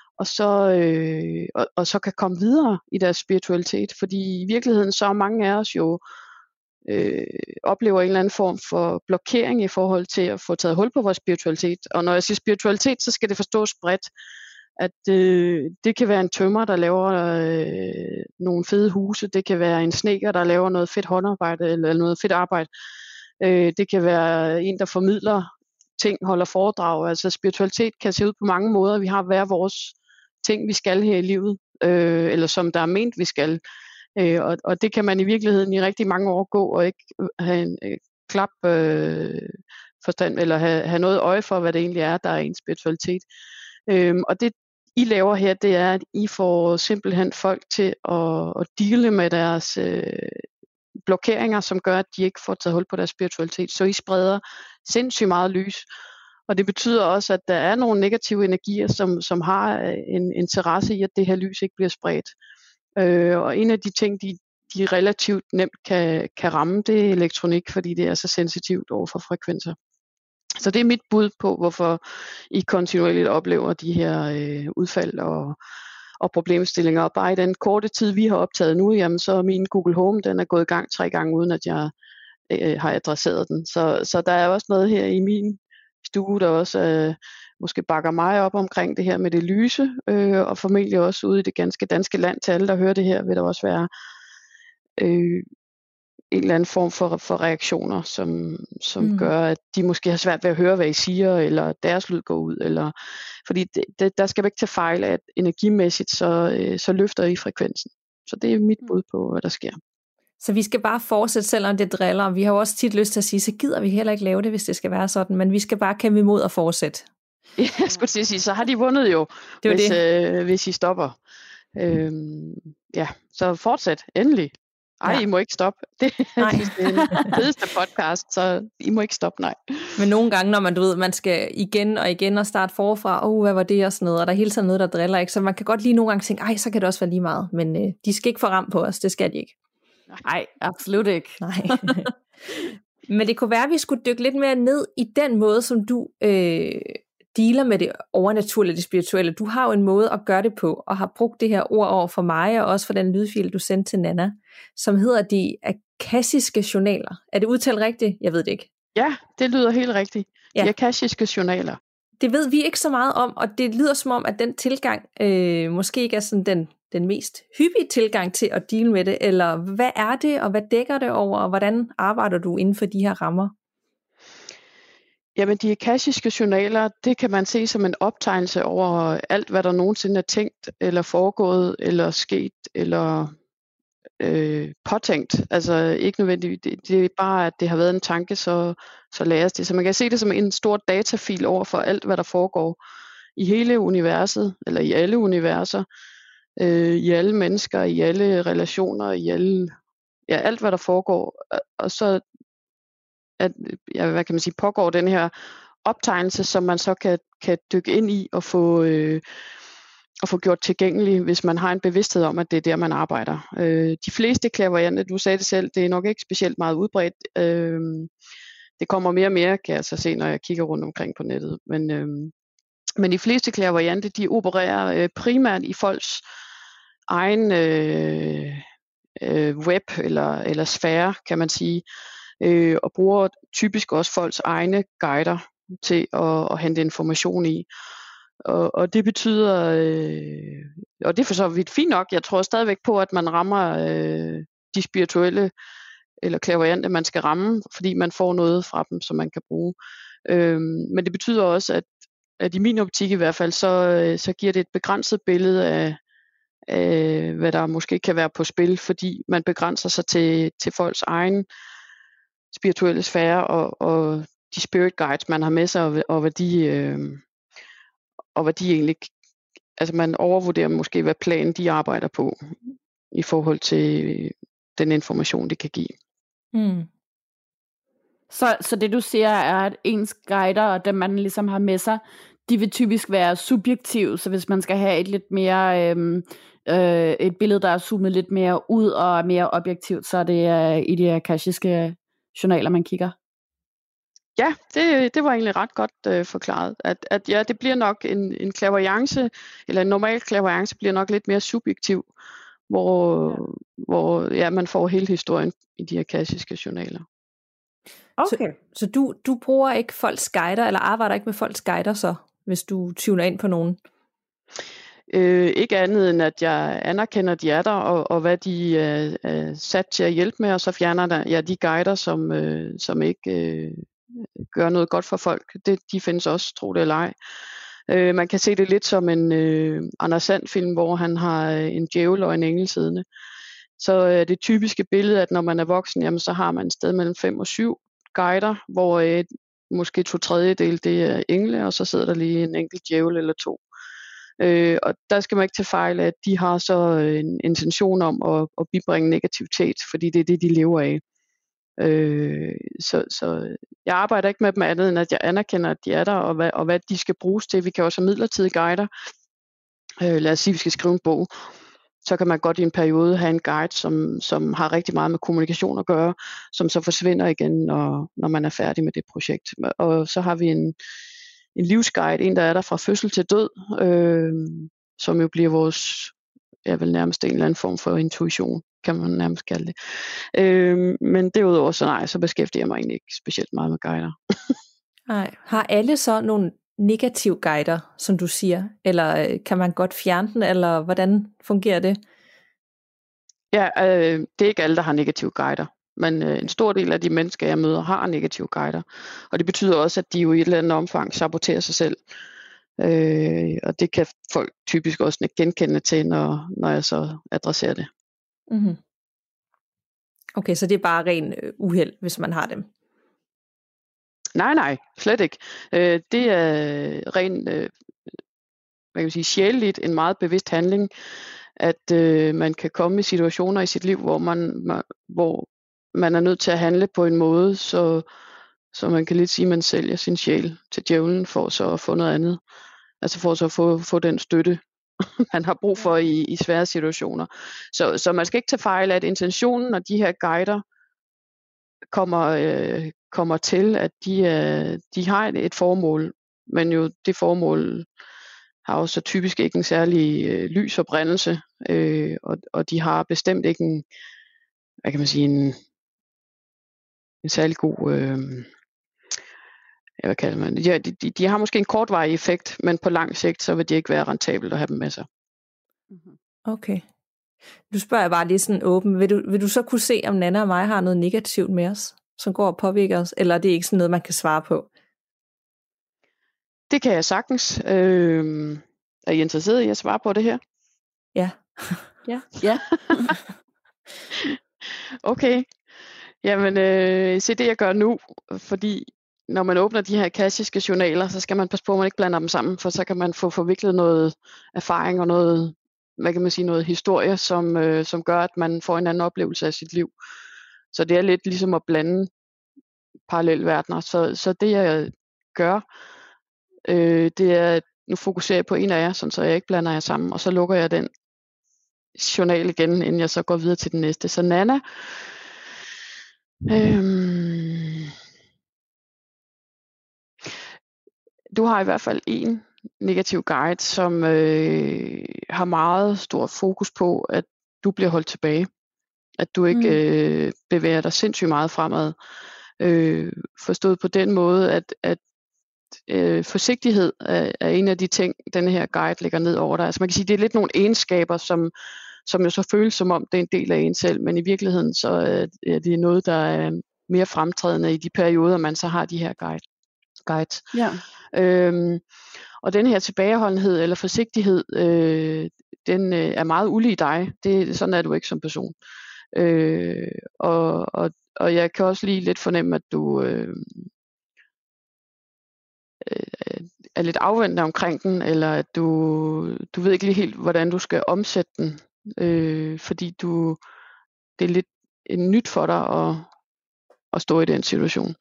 og så kan komme videre i deres spiritualitet. Fordi i virkeligheden så mange af os jo oplever en eller anden form for blokering i forhold til at få taget hul på vores spiritualitet. Og når jeg siger spiritualitet, så skal det forstås bredt. At det kan være en tømrer, der laver nogle fede huse. Det kan være en snedker, der laver noget fedt håndarbejde eller noget fedt arbejde. Det kan være en, der formidler ting, holder foredrag. Altså spiritualitet kan se ud på mange måder. Vi har hver vores ting, vi skal her i livet, eller som der er ment, vi skal. Og det kan man i virkeligheden i rigtig mange år gå og ikke have en klap forstand, eller have noget øje for, hvad det egentlig er, der er en spiritualitet. Og det I laver her, det er, at I får simpelthen folk til at deale med deres blokeringer, som gør, at de ikke får taget hul på deres spiritualitet. Så I spreder sindssygt meget lys. Og det betyder også, at der er nogle negative energier, som har en interesse i, at det her lys ikke bliver spredt. Og en af de ting, de relativt nemt kan ramme, det er elektronik, fordi det er så sensitivt over for frekvenser. Så det er mit bud på, hvorfor I kontinuerligt oplever de her udfald og problemstillinger. Og bare i den korte tid, vi har optaget nu, jamen, så er min Google Home, den er gået i gang 3 gange, uden at jeg har adresseret den. Så der er også noget her i min stue, der også måske bakker mig op omkring det her med det lyse, og formentlig også ude i det ganske danske land til alle, der hører det her, vil der også være en eller anden form for reaktioner, som gør, at de måske har svært ved at høre, hvad I siger, eller deres lyd går ud, eller fordi der skal vi ikke tage fejl af, at energimæssigt, så løfter I frekvensen. Så det er mit bud på, hvad der sker. Så vi skal bare fortsætte, selvom det driller. Vi har jo også tit lyst til at sige, så gider vi heller ikke lave det, hvis det skal være sådan, men vi skal bare kæmpe imod og fortsætte. Jeg skulle til at sige, så har de vundet jo, hvis I stopper. Så fortsæt, endelig. I må ikke stoppe. Det er den fedeste podcast, så I må ikke stoppe, nej. Men nogle gange, når man skal igen og igen og starte forfra, hvad var det og sådan noget, og der er hele tiden noget, der driller, ikke? Så man kan godt lige nogle gange tænke, så kan det også være lige meget, men de skal ikke få ram på os, det skal de ikke. Nej, absolut ikke. Nej. Men det kunne være, at vi skulle dykke lidt mere ned i den måde, som du dealer med det overnaturlige, det spirituelle. Du har jo en måde at gøre det på, og har brugt det her ord over for mig, og også for den lydfil, du sendte til Nanna, som hedder de akashiske journaler. Er det udtalt rigtigt? Jeg ved det ikke. Ja, det lyder helt rigtigt. De akashiske journaler. Det ved vi ikke så meget om, og det lyder som om, at den tilgang måske ikke er sådan den mest hyppige tilgang til at deal med det, eller hvad er det, og hvad dækker det over, og hvordan arbejder du inden for de her rammer? Jamen, de akashiske journaler, det kan man se som en optegnelse over alt, hvad der nogensinde er tænkt, eller foregået, eller sket, eller påtænkt. Altså ikke nødvendigt, det er bare, at det har været en tanke, så læres det. Så man kan se det som en stor datafil over for alt, hvad der foregår i hele universet, eller i alle universer, i alle mennesker, i alle relationer, i alle, alt, hvad der foregår. Og så hvad kan man sige, pågår den her optegnelse, som man så kan dykke ind i og få gjort tilgængelig, hvis man har en bevidsthed om, at det er der, man arbejder. De fleste clairvoyante, du sagde det selv, det er nok ikke specielt meget udbredt. Det kommer mere og mere, kan jeg så se, når jeg kigger rundt omkring på nettet. Men de fleste clairvoyante, de opererer primært i folks egen web eller sfære, kan man sige, og bruger typisk også folks egne guider til at hente information i. Og det betyder, og det er for så vidt fint nok, jeg tror stadigvæk på, at man rammer de spirituelle eller clairvoyante, man skal ramme, fordi man får noget fra dem, som man kan bruge. Men det betyder også, at i min optik i hvert fald, så giver det et begrænset billede af hvad der måske kan være på spil, fordi man begrænser sig til folks egen spirituelle sfære og de spirit guides, man har med sig, og hvad de egentlig, altså man overvurderer måske, hvad planen de arbejder på i forhold til den information, det kan give. Mm. Så det du siger er, at ens guider og dem man ligesom har med sig, de vil typisk være subjektive, så hvis man skal have et lidt mere et billede, der er zoomet lidt mere ud og er mere objektivt, så er det i de akashiske journaler, man kigger. Ja, det var egentlig ret godt forklaret, at ja, det bliver nok en clairvoyance, eller en normal clairvoyance bliver nok lidt mere subjektiv, hvor ja, man får hele historien i de akashiske journaler. Okay. Så du bruger ikke folks guider, eller arbejder ikke med folks guider så, hvis du tuner ind på nogen? Ikke andet end, at jeg anerkender, de er der, og hvad de er sat til at hjælpe med, og så fjerner jeg de guider, som ikke gør noget godt for folk. De findes også, tro det eller ej. Man kan se det lidt som en Anders Sand-film, hvor han har en djævel og en engel siddende. Så det typiske billede, at når man er voksen, jamen, så har man et sted mellem 5 og 7 guider, hvor måske 2/3 det er engle, og så sidder der lige en enkelt djævel eller 2. Og der skal man ikke tage fejl af, at de har så en intention om at bibringe negativitet, fordi det er det, de lever af. Så jeg arbejder ikke med dem andet, end at jeg anerkender, at de er der, og hvad de skal bruges til. Vi kan også have midlertidige guider. Lad os sige, at vi skal skrive en bog. Så kan man godt i en periode have en guide, som har rigtig meget med kommunikation at gøre, som så forsvinder igen, når man er færdig med det projekt. Og så har vi en livsguide, en der er der fra fødsel til død, som jo bliver vores, jeg vil nærmest en eller anden form for intuition, kan man nærmest kalde det. Men derudover så beskæftiger jeg mig egentlig ikke specielt meget med guider. Nej. Har alle så nogle negativ guider, som du siger? Eller kan man godt fjerne den, eller hvordan fungerer det? Ja, det er ikke alle, der har negative guider. Men en stor del af de mennesker, jeg møder, har negative guider. Og det betyder også, at de jo i et eller andet omfang saboterer sig selv. Og det kan folk typisk også genkende til, når jeg så adresserer det. Mm-hmm. Okay, så det er bare ren uheld, hvis man har dem? Nej, slet ikke. Det er ren, hvad kan man sige, sjæleligt en meget bevidst handling, at man kan komme i situationer i sit liv, hvor man er nødt til at handle på en måde, så man kan lidt sige, at man sælger sin sjæl til djævlen for så at få noget andet. Altså for så at få den støtte, man har brug for i svære situationer. Så man skal ikke tage fejl af, at intentionen, når de her guider kommer til, at de har et formål, men jo det formål har også typisk ikke en særlig lys oprindelse, og de har bestemt ikke en, hvad kan man sige, en særlig god, hvad kalder man det? Ja, de har måske en kortvarig effekt, men på lang sigt, så vil det ikke være rentabelt at have dem med sig. Okay. Nu spørger jeg bare lige sådan åben. Vil du så kunne se, om Nanna og mig har noget negativt med os, som går og påvirker os, eller er det ikke sådan noget, man kan svare på? Det kan jeg sagtens. Er I interesseret i at svare på det her? Ja. Ja. Okay. Jamen, se det jeg gør nu, fordi når man åbner de her akashiske journaler, så skal man passe på, at man ikke blander dem sammen, for så kan man få forviklet noget erfaring og noget, hvad kan man sige, noget historie, som gør, at man får en anden oplevelse af sit liv. Så det er lidt ligesom at blande parallelverdener. Så det jeg gør, det er, at nu fokuserer jeg på en af jer, så jeg ikke blander jer sammen, og så lukker jeg den journal igen, inden jeg så går videre til den næste. Så Nanna, du har i hvert fald en negativ guide, som har meget stor fokus på, at du bliver holdt tilbage. At du ikke bevæger dig sindssygt meget fremad. Forstået på den måde, at forsigtighed er en af de ting, denne her guide lægger ned over dig. Altså man kan sige, det er lidt nogle egenskaber, som jo så føles som om det er en del af en selv, men i virkeligheden så er det noget, der er mere fremtrædende i de perioder, man så har de her guide. guides. Ja. Og den her tilbageholdenhed eller forsigtighed, den er meget ulig dig. Sådan er du ikke som person. Og jeg kan også lige lidt fornemme, at du er lidt afventende omkring den, eller at du ved ikke lige helt, hvordan du skal omsætte den, fordi det er lidt nyt for dig at stå i den situation.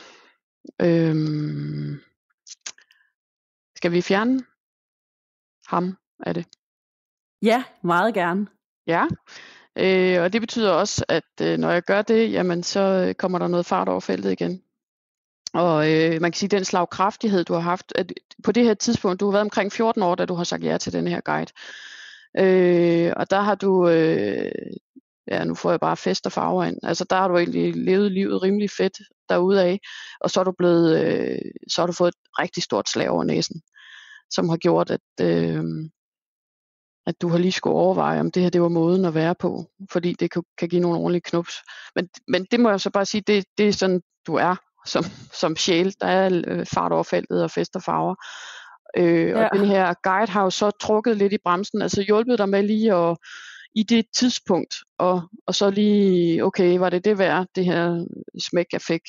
Skal vi fjerne ham af det? Ja, meget gerne. Ja, og det betyder også, at når jeg gør det, jamen så kommer der noget fart over feltet igen. Og man kan sige, at den slagkraftighed, du har haft, at på det her tidspunkt, du har været omkring 14 år, da du har sagt ja til den her guide. Og der har du, nu får jeg bare fest og farver ind, altså der har du egentlig levet livet rimelig fedt derudaf, og så er du så har du fået et rigtig stort slag over næsen, som har gjort, at du har lige skulle overveje, om det her det var måden at være på, fordi det kan give nogle ordentlige knups. Men det må jeg så bare sige, det er sådan, du er som sjæl. Der er fart over feltet og fest og farver. Og den her guide har jo så trukket lidt i bremsen, altså hjulpet dig med lige i det tidspunkt, og så lige, okay, var det værd, det her smæk, jeg fik.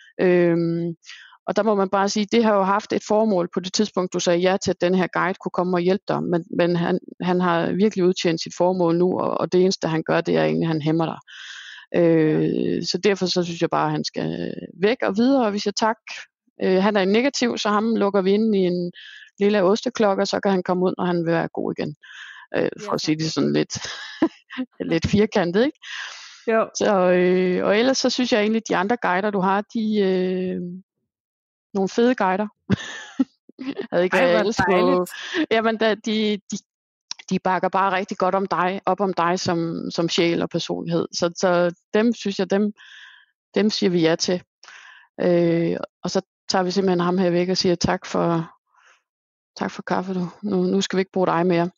Og der må man bare sige, det har jo haft et formål på det tidspunkt, du sagde ja til, at den her guide kunne komme og hjælpe dig, men han har virkelig udtjent sit formål nu, og det eneste, han gør, det er egentlig, at han hæmmer dig. Så derfor så synes jeg bare, at han skal væk og videre, og vi siger tak. Han er negativ, så ham lukker vi ind i en lille osteklokke, og så kan han komme ud, når han vil være god igen. For at sige det sådan lidt firkantet, ikke? Jo. Så, og ellers så synes jeg egentlig, at de andre guider, du har, de nogle fede guider. Havde ikke været dejligt. Jamen, de bakker bare rigtig godt op om dig som sjæl og personlighed. Så dem synes jeg, dem siger vi ja til. Og så tager vi simpelthen ham her væk og siger tak for kaffe, du. Nu skal vi ikke bruge dig mere.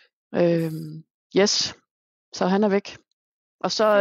Yes, så han er væk. Og så,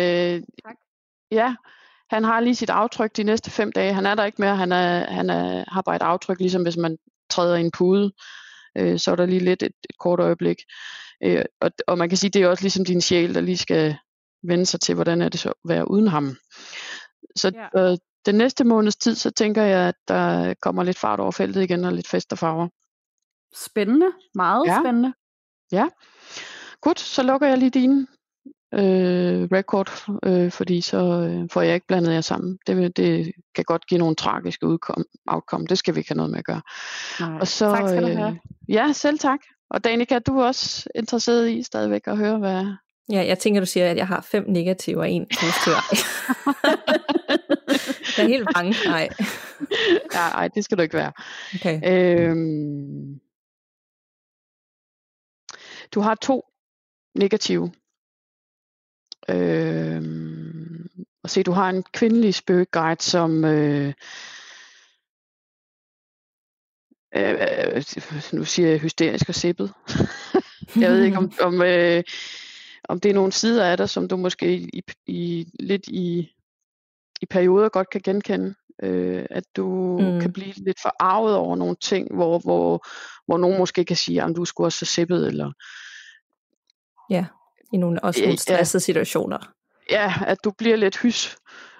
han har lige sit aftryk de næste 5 dage. Han er der ikke mere. Han har bare et aftryk, ligesom hvis man træder i en pude. Så er der lige lidt et kort øjeblik. Og man kan sige, det er også ligesom din sjæl, der lige skal vende sig til, hvordan er det så at være uden ham. Så den næste måneds tid, så tænker jeg, at der kommer lidt fart over feltet igen, og lidt fest og farver. Spændende. Meget spændende. Ja. Godt, så lukker jeg lige dine record, fordi så får jeg ikke blandet jer sammen. Det kan godt give nogle tragiske outcome. Det skal vi ikke have noget med at gøre. Nej. Og så, tak skal du have. Ja, selv tak. Og Danica, du er også interesseret i stadigvæk at høre, hvad... Ja, jeg tænker, du siger, at jeg har 5 negative og 1 positiv. Jeg er helt bange. Nej. Ja, ej, det skal du ikke være. Okay. Du har 2 negative. Og se, du har en kvindelig spirit guide, som nu siger jeg hysterisk og sippet. Jeg ved ikke om det er nogle sider af dig, som du måske lidt i perioder godt kan genkende. At du kan blive lidt forarvet over nogle ting, hvor nogen måske kan sige, at du skulle også så sippet, eller ja, i nogle stressede situationer. Ja, at du bliver lidt hys.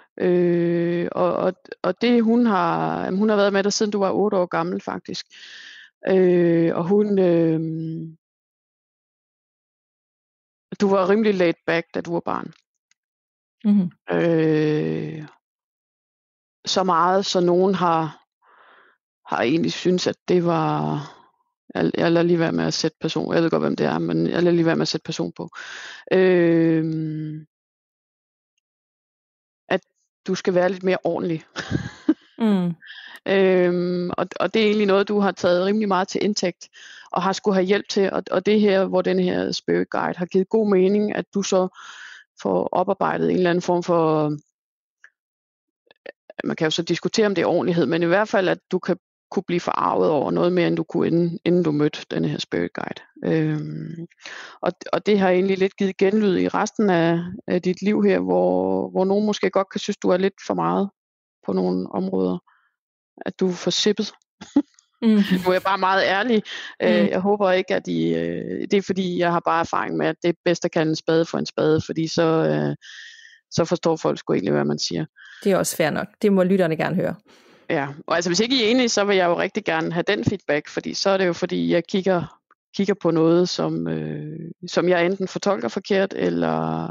Og det hun har været med dig siden du var 8 år gammel faktisk. Og hun du var rimelig laid back, da du var barn. Mm-hmm. Så meget, så nogen har egentlig synes, at det var... Jeg lader lige være med at sætte person. Jeg ved godt, hvem det er, men jeg lader lige være med at sætte person på. At du skal være lidt mere ordentlig. Og det er egentlig noget, du har taget rimelig meget til indtægt, og har skulle have hjælp til. Og det her, hvor den her spirit guide har givet god mening, at du så får oparbejdet en eller anden form for... Man kan jo så diskutere, om det er ordentlighed, men i hvert fald, at du kunne blive forarvet over noget mere, end du kunne, inden du mødte denne her spirit guide. Og det har egentlig lidt givet genlyd i resten af dit liv her, hvor nogen måske godt kan synes, du er lidt for meget på nogle områder. at du får sippet. Mm. Nu er jeg bare meget ærlig. Jeg håber ikke, at det er fordi, jeg har bare erfaring med, at det er bedst at kalde en spade for en spade, fordi så forstår folk sgu egentlig, hvad man siger. Det er også fair nok. Det må lytterne gerne høre. Ja, og altså hvis ikke I er enige, så vil jeg jo rigtig gerne have den feedback, fordi så er det jo fordi, jeg kigger på noget, som jeg enten fortolker forkert, eller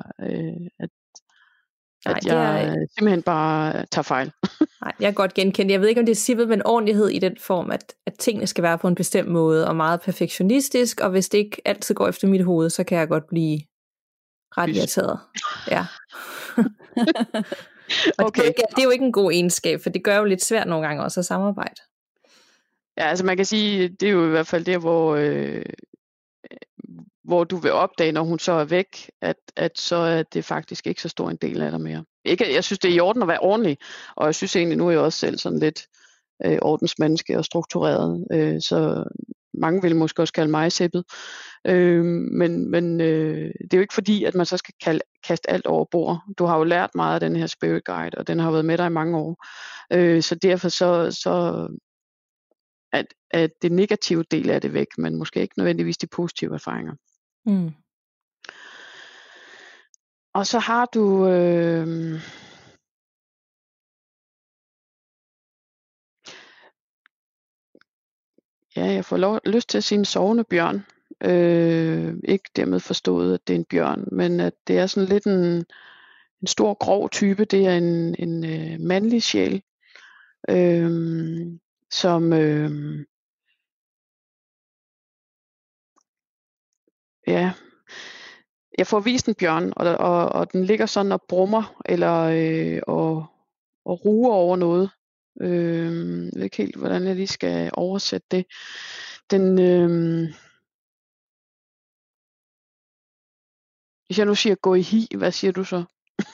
at jeg simpelthen bare tager fejl. Nej, jeg er godt genkendt. Jeg ved ikke, om det er sippet, men ordentlighed i den form, at tingene skal være på en bestemt måde, og meget perfektionistisk, og hvis det ikke altid går efter mit hoved, så kan jeg godt blive ret irriteret. Ja. Og okay. Det er jo ikke en god egenskab, for det gør jo lidt svært nogle gange også at samarbejde. Ja, altså man kan sige, det er jo i hvert fald der, hvor du vil opdage, når hun så er væk, at så er det faktisk ikke så stor en del af dig mere. Jeg synes, det er i orden at være ordentlig, og jeg synes egentlig, nu er jeg også selv sådan lidt ordensmenneske og struktureret, så mange vil måske også kalde mig sippet. Men det er jo ikke fordi, at man så skal kaste alt over bord. Du har jo lært meget af den her Spirit Guide, og den har været med dig i mange år. Så derfor så at det negative del af det væk, men måske ikke nødvendigvis de positive erfaringer. Mm. Og så har du jeg får lyst til at sige en sovende bjørn. Ikke dermed forstået, at det er en bjørn, men at det er sådan lidt en stor grov type. Det er en mandlig sjæl, som jeg får vist en bjørn, og den ligger sådan og brummer, eller og ruger over noget. Jeg ved ikke helt, hvordan jeg lige skal oversætte det. Den, hvis jeg nu siger gå i hi, hvad siger du så?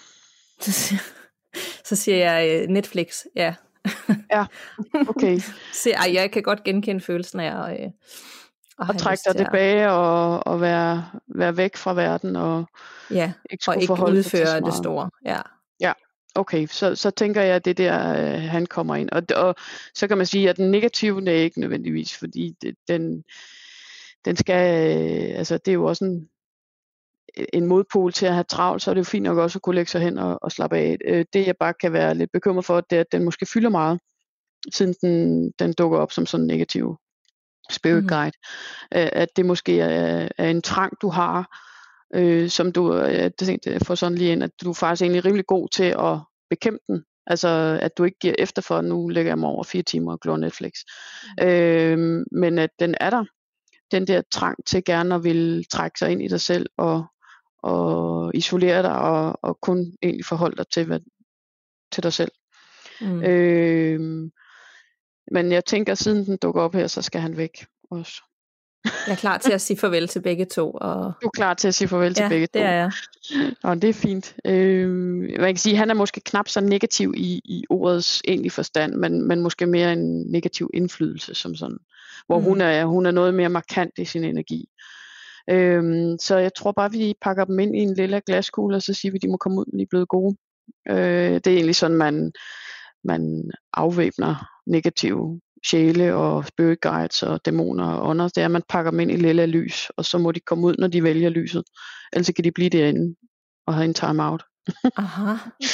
Så siger jeg Netflix, ja. Ja, okay. Jeg kan godt genkende følelsen af at trække dig tilbage og være væk fra verden og ikke udføre det store. Ja, okay. Så tænker jeg, at det der han kommer ind. Og så kan man sige, at den negative er ikke nødvendigvis, fordi den skal, altså det er jo også en modpol til at have travlt, så er det jo fint nok også at kunne lægge sig hen og slappe af. Det jeg bare kan være lidt bekymret for, det er, at den måske fylder meget, siden den dukker op som sådan en negativ Spirit Guide. At det måske er en trang, du har, som du får sådan lige ind, at du er faktisk egentlig rimelig god til at bekæmpe den. Altså at du ikke giver efter for, nu lægger jeg mig over 4 timer og glor Netflix. Men at den er der. Den der trang til gerne at ville trække sig ind i dig selv og isolere dig og kun egentlig forholde dig til dig selv. Men jeg tænker, siden den dukker op her, så skal han væk også. Jeg er klar til at sige farvel til begge to. Og... Du er klar til at sige farvel til begge to. Ja, det er jeg. Og det er fint. Man kan sige, at han er måske knap så negativ i ordets egentlige forstand, men måske mere en negativ indflydelse som sådan. Hvor hun er noget mere markant i sin energi. Så jeg tror bare, vi pakker dem ind i en lille glaskugle, og så siger vi, at de må komme ud, når de er blevet gode. Det er egentlig sådan, man afvæbner negative sjæle og spirit guides og dæmoner og ånder. Det er, at man pakker dem ind i lilla lys, og så må de komme ud, når de vælger lyset. Ellers kan de blive derinde og have en time-out. Aha.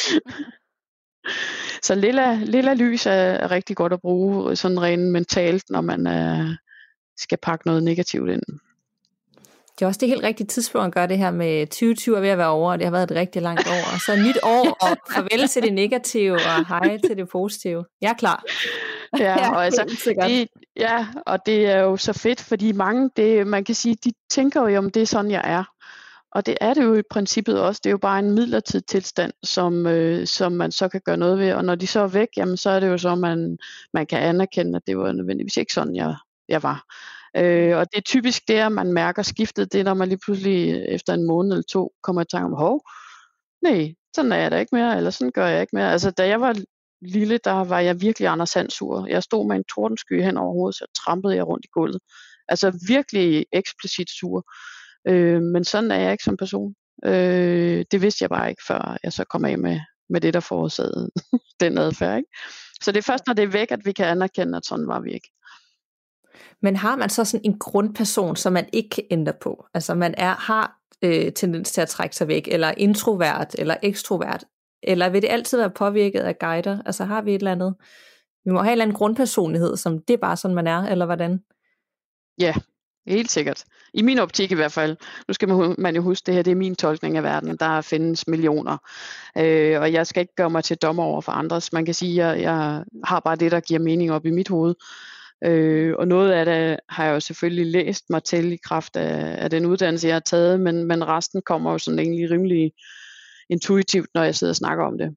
Så lilla lys er rigtig godt at bruge sådan rent mentalt, når man skal pakke noget negativt ind. Det er også det helt rigtige tidspunkt at gøre det her med 2020 ved at være over, og det har været et rigtig langt år. Og så et nyt år, og farvel til det negative, og hej til det positive. Jeg er klar. Ja, og og det er jo så fedt, fordi mange, man kan sige, de tænker jo om det er sådan, jeg er. Og det er det jo i princippet også. Det er jo bare en midlertidig tilstand, som man så kan gøre noget ved. Og når de så er væk, jamen, så er det jo så, man kan anerkende, at det var nødvendigvis ikke sådan, jeg var. Og det er typisk der, man mærker skiftet. Det er, når man lige pludselig efter en måned eller 2 kommer i tanke om, nej, sådan er jeg da ikke mere, eller sådan gør jeg ikke mere. Altså, da jeg var lille, der var jeg virkelig Anders Handsur. Jeg stod med en tordensky hen over hovedet, så trampede jeg rundt i gulvet. Altså virkelig eksplicit sur. Men sådan er jeg ikke som person. Det vidste jeg bare ikke, før jeg så kom af med det, der forårsagede den adfærd. Ikke? Så det er først, når det er væk, at vi kan anerkende, at sådan var vi ikke. Men har man så sådan en grundperson, som man ikke kan ændre på? Altså man har tendens til at trække sig væk, eller introvert, eller ekstrovert, eller vil det altid være påvirket af guider? Altså har vi et eller andet? Vi må have en eller anden grundpersonlighed, som det er bare sådan, man er, eller hvordan? Ja, helt sikkert. I min optik i hvert fald. Nu skal man jo huske, det her det er min tolkning af verden. Der findes millioner. Og jeg skal ikke gøre mig til dommer over for andres. Man kan sige, at jeg har bare det, der giver mening op i mit hoved. Og noget af det har jeg jo selvfølgelig læst mig til i kraft af den uddannelse, jeg har taget, men resten kommer jo sådan egentlig rimelig intuitivt, når jeg sidder og snakker om det.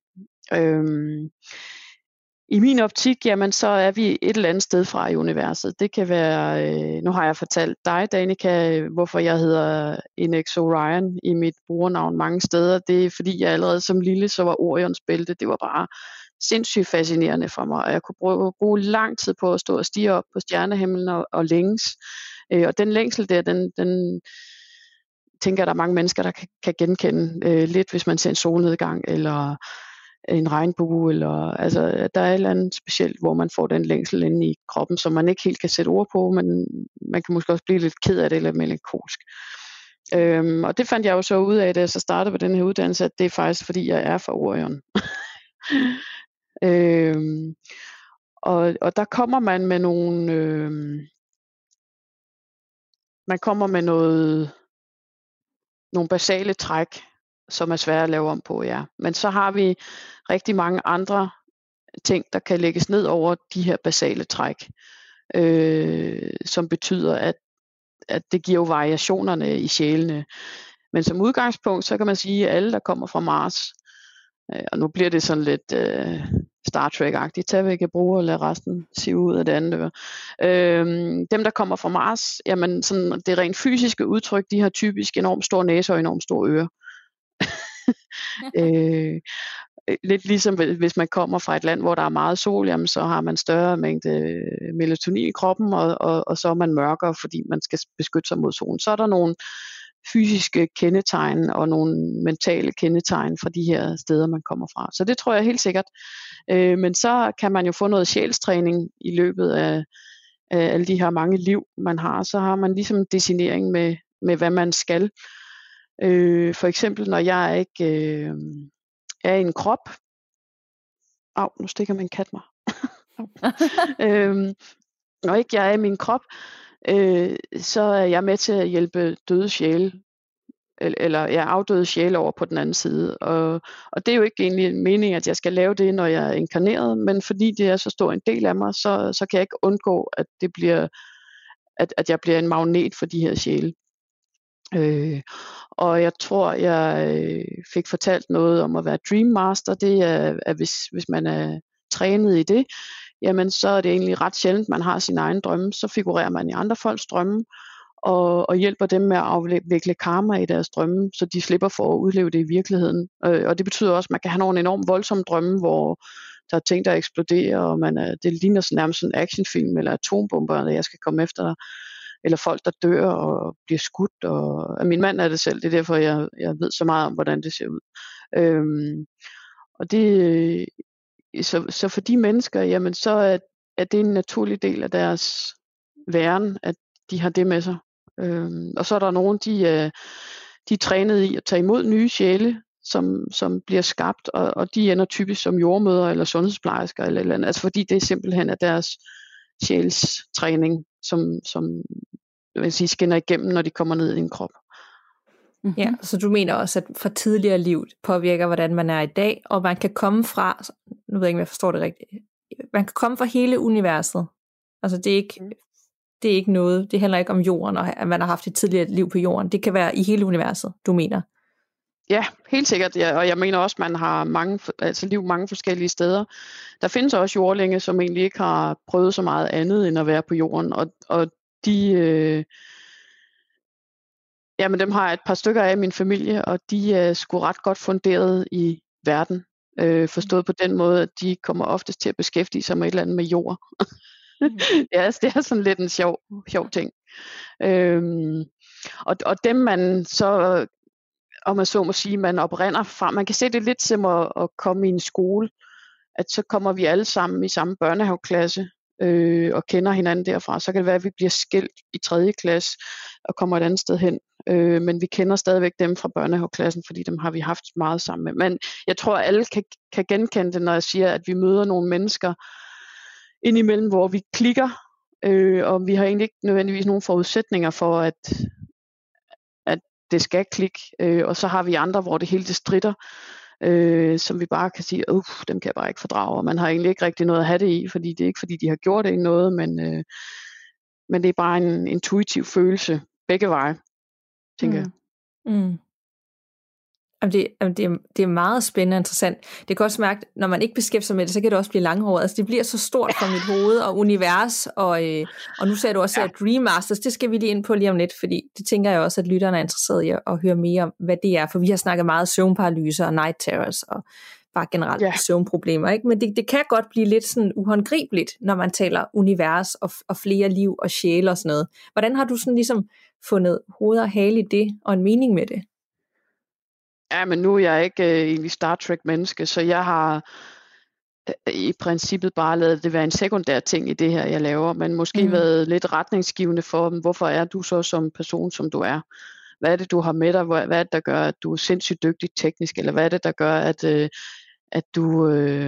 I min optik, jamen så er vi et eller andet sted fra i universet. Det kan være, nu har jeg fortalt dig, Danika, hvorfor jeg hedder NX Orion i mit brugernavn mange steder. Det er fordi, jeg allerede som lille, så var Orions bælte, det var bare sindssygt fascinerende for mig. Og jeg kunne bruge lang tid på at stå og stige op på stjernehimlen og længes. Og den længsel der, den tænker jeg, der er mange mennesker, der kan genkende lidt, hvis man ser en solnedgang, eller en regnbue, eller altså der er et eller andet specielt, hvor man får den længsel inde i kroppen, som man ikke helt kan sætte ord på, men man kan måske også blive lidt ked af det, eller melankolsk. Og det fandt jeg jo så ud af, da jeg så startede på den her uddannelse, at det er faktisk, fordi jeg er fra Orion. Og der kommer man med nogle basale træk, som er svære at lave om på, ja. Men så har vi rigtig mange andre ting, der kan lægges ned over de her basale træk, som betyder, at det giver jo variationerne i sjælene. Men som udgangspunkt, så kan man sige, at alle, der kommer fra Mars, og nu bliver det sådan lidt Star Trek-agtigt, tag hvad jeg kan bruge og lade resten se ud af det andet. Dem, der kommer fra Mars, jamen sådan, det rent fysiske udtryk, de har typisk enormt stor næse og enormt store ører. Lidt ligesom hvis man kommer fra et land, hvor der er meget sol, jamen, så har man større mængde melatonin i kroppen, og så er man mørkere, fordi man skal beskytte sig mod solen. Så er der nogle fysiske kendetegn og nogle mentale kendetegn fra de her steder, man kommer fra. Så det tror jeg helt sikkert. Men så kan man jo få noget sjælstræning i løbet af alle de her mange liv, man har. Så har man ligesom en designering med hvad man skal. For eksempel, når jeg ikke er i en krop. Nu stikker min kat mig. Når ikke jeg er i min krop, så er jeg med til at hjælpe døde sjæle, eller afdøde sjæle over på den anden side. Og det er jo ikke egentlig meningen, at jeg skal lave det, når jeg er inkarneret, men fordi det er så stor en del af mig, så kan jeg ikke undgå, at det bliver, at jeg bliver en magnet for de her sjæle. Og jeg tror, jeg fik fortalt noget om at være Dream Master. Det er hvis man er trænet i det, jamen så er det egentlig ret sjældent, man har sine egne drømme. Så figurerer man i andre folks drømme, og hjælper dem med at afvikle karma i deres drømme, så de slipper for at udleve det i virkeligheden. Og det betyder også, at man kan have nogle enormt voldsomme drømme, hvor der er ting, der eksploderer, og det ligner sådan nærmest en actionfilm, eller atombomber, eller jeg skal komme efter dig. Eller folk, der dør og bliver skudt. Og min mand er det selv, det er derfor, jeg ved så meget om, hvordan det ser ud. Og det, så for de mennesker, jamen så er det en naturlig del af deres væren, at de har det med sig. Og så er der nogen, de er trænet i at tage imod nye sjæle, som bliver skabt, og de ender typisk som jordmødre eller sundhedsplejersker eller andet, altså fordi det simpelthen er deres sjælstræning, som jeg vil sige, skinner igennem, når de kommer ned i en krop. Ja, så du mener også, at fra tidligere liv påvirker, hvordan man er i dag, og man kan komme fra, nu ved jeg ikke, om jeg forstår det rigtigt, man kan komme fra hele universet. Altså det er ikke noget, det handler ikke om jorden, og at man har haft et tidligere liv på jorden. Det kan være i hele universet, du mener? Ja, helt sikkert. Ja, og jeg mener også, at man har liv mange forskellige steder. Der findes også jordlinge, som egentlig ikke har prøvet så meget andet end at være på jorden, og de men dem har jeg et par stykker af i min familie, og de er sgu ret godt funderet i verden. Forstået på den måde, at de kommer oftest til at beskæftige sig med et eller andet med jord. Ja, altså, det er sådan lidt en sjov ting. Og dem man så, om man så må sige, man oprinder fra, man kan se det lidt som at komme i en skole. at så kommer vi alle sammen i samme børnehaveklasse og kender hinanden derfra. Så kan det være, at vi bliver skilt i 3. klasse og kommer et andet sted hen. Men vi kender stadigvæk dem fra børnehaveklassen, fordi dem har vi haft meget sammen med. Men jeg tror, at alle kan genkende det, når jeg siger, at vi møder nogle mennesker indimellem, hvor vi klikker, og vi har egentlig ikke nødvendigvis nogen forudsætninger for, at det skal klikke. Og så har vi andre, hvor det hele det stritter, som vi bare kan sige, dem kan jeg bare ikke fordrage, og man har egentlig ikke rigtig noget at have det i, fordi det er ikke fordi, de har gjort det i noget, men det er bare en intuitiv følelse begge veje, tænker jeg. Det er meget spændende og interessant. Det kan også mærke, når man ikke beskæftiger sig med det, så kan det også blive langhåret. Altså, det bliver så stort for mit hoved og univers, og nu sagde du også, at Dream Masters, det skal vi lige ind på lige om lidt, fordi det tænker jeg også, at lytterne er interesseret i at høre mere om, hvad det er, for vi har snakket meget søvnparalyse og night terrors og bare generelt søvnproblemer, ikke? Men det kan godt blive lidt sådan uhåndgribeligt, når man taler univers og flere liv og sjæle og sådan noget. Hvordan har du sådan ligesom fundet hoved og hale i det, og en mening med det? Ja, men nu er jeg ikke egentlig Star Trek-menneske, så jeg har i princippet bare ladet det være en sekundær ting i det her, jeg laver, men måske været lidt retningsgivende for dem. Hvorfor er du så som person, som du er? Hvad er det, du har med dig? Hvad er det, der gør, at du er sindssygt dygtig teknisk? Eller hvad er det, der gør, at du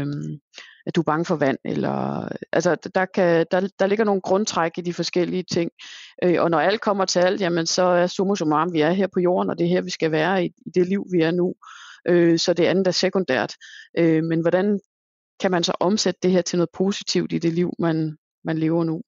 er bange for vand? Eller, altså, der ligger nogle grundtræk i de forskellige ting. Og når alt kommer til alt, jamen, så er summa summarum, vi er her på jorden, og det er her, vi skal være i det liv, vi er nu. Så det andet er sekundært. Men hvordan kan man så omsætte det her til noget positivt i det liv, man lever nu?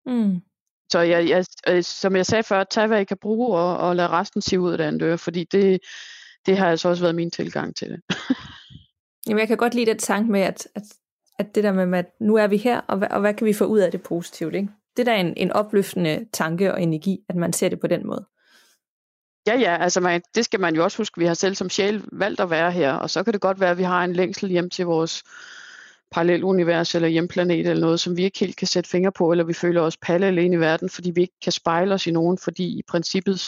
Så jeg, som jeg sagde før, tag hvad I kan bruge, og lad resten sive ud af den dør, fordi det har altså også været min tilgang til det. Jamen, jeg kan godt lide den tanke med, at det der med, at nu er vi her, og hvad kan vi få ud af det positivt, ikke? Det der er en opløftende tanke og energi, at man ser det på den måde. Ja, altså det skal man jo også huske. Vi har selv som sjæl valgt at være her, og så kan det godt være, at vi har en længsel hjem til vores parallelunivers eller hjemplanet eller noget, som vi ikke helt kan sætte fingre på, eller vi føler os palle alene i verden, fordi vi ikke kan spejle os i nogen, fordi i princippet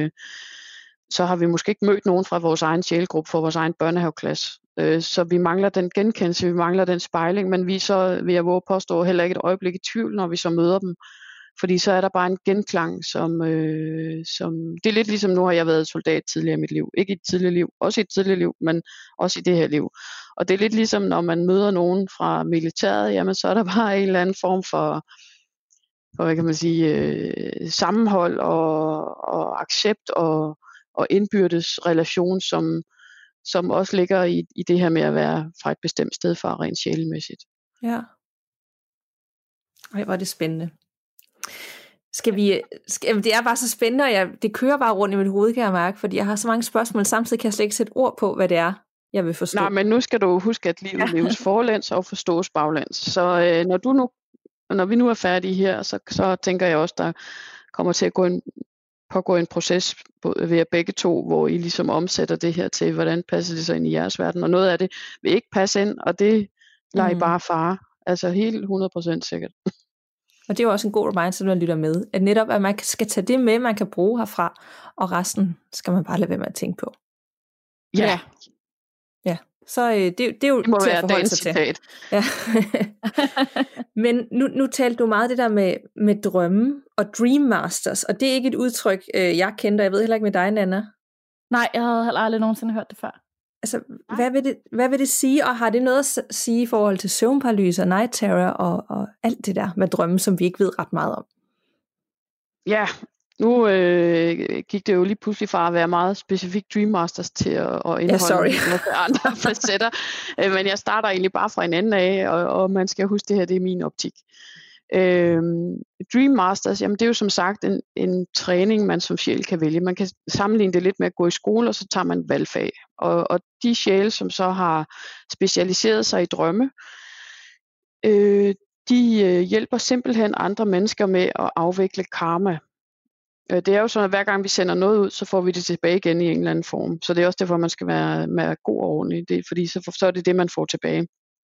så har vi måske ikke mødt nogen fra vores egen sjælgruppe, fra vores egen børnehaveklasse. Så vi mangler den genkendelse, vi mangler den spejling, men vi så, vil jeg våge påstå, heller ikke et øjeblik i tvivl, når vi så møder dem. Fordi så er der bare en genklang, som det er lidt ligesom, nu har jeg været soldat tidligere i mit liv. Ikke i et tidligere liv, også i et tidligere liv, men også i det her liv. Og det er lidt ligesom, når man møder nogen fra militæret, jamen så er der bare en eller anden form for hvad kan man sige, sammenhold og accept og indbyrdes relation, som også ligger i det her med at være fra et bestemt sted fra rent sjælemæssigt. Ja. Ej, hvor er det spændende. Det er bare så spændende, og det kører bare rundt i mit hoved, kan jeg mærke, fordi jeg har så mange spørgsmål, samtidig kan jeg slet ikke sætte ord på, hvad det er, jeg vil forstå. Nej, men nu skal du huske, at livet leves forlæns og forstås baglæns. Så når vi nu er færdige her, så tænker jeg også, der kommer til at pågå en proces ved jer begge to, hvor I ligesom omsætter det her til, hvordan passer det sig ind i jeres verden, og noget af det vil ikke passe ind, og det lader I bare fare. Altså helt 100% sikkert. Og det er jo også en god reminder, når man lytter med, at netop, at man skal tage det med, man kan bruge herfra, og resten skal man bare lade være med at tænke på. Ja. Så det er jo det må til være at forholde sig til. Ja. Men nu talte du meget det der med drømme og Dream Masters, og det er ikke et udtryk, jeg kender, og jeg ved heller ikke med dig, Nanna. Nej, jeg havde heller aldrig nogensinde hørt det før. Altså, hvad vil det sige, og har det noget at sige i forhold til søvnparalyse og night terror og alt det der med drømme, som vi ikke ved ret meget om? Ja, nu gik det jo lige pludselig fra at være meget specifik Dream Masters til at indeholde andre facetter. Men jeg starter egentlig bare fra en ende af, og man skal huske, det her det er min optik. Dream Masters, jamen det er jo som sagt en træning, man som sjæl kan vælge. Man kan sammenligne det lidt med at gå i skole, og så tager man valgfag. Og de sjæle, som så har specialiseret sig i drømme, de hjælper simpelthen andre mennesker med at afvikle karma. Det er jo sådan, at hver gang vi sender noget ud, så får vi det tilbage igen i en eller anden form. Så det er også derfor, man skal være god og ordentlig, fordi så er det det, man får tilbage.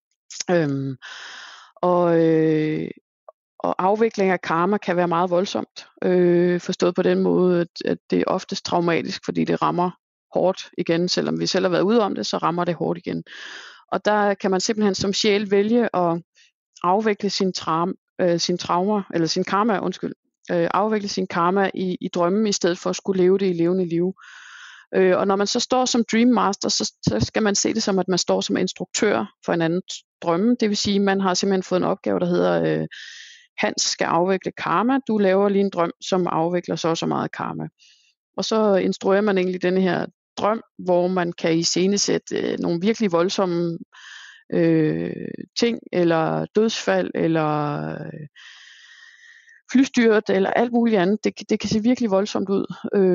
Og afvikling af karma kan være meget voldsomt, forstået på den måde, at det er oftest traumatisk, fordi det rammer hårdt igen. Selvom vi selv har været ude om det, så rammer det hårdt igen. Og der kan man simpelthen som sjæl vælge at afvikle sin traumer, eller sin karma, afvikle sin karma i drømmen, i stedet for at skulle leve det i levende liv. Og når man så står som Dream Master, så skal man se det som, at man står som instruktør for en anden drømme. Det vil sige, at man har simpelthen fået en opgave, der hedder, Hans skal afvikle karma. Du laver lige en drøm, som afvikler så meget karma. Og så instruerer man egentlig denne her drøm, hvor man kan iscenesætte nogle virkelig voldsomme ting, eller dødsfald, eller flystyrt, eller alt muligt andet. Det kan se virkelig voldsomt ud.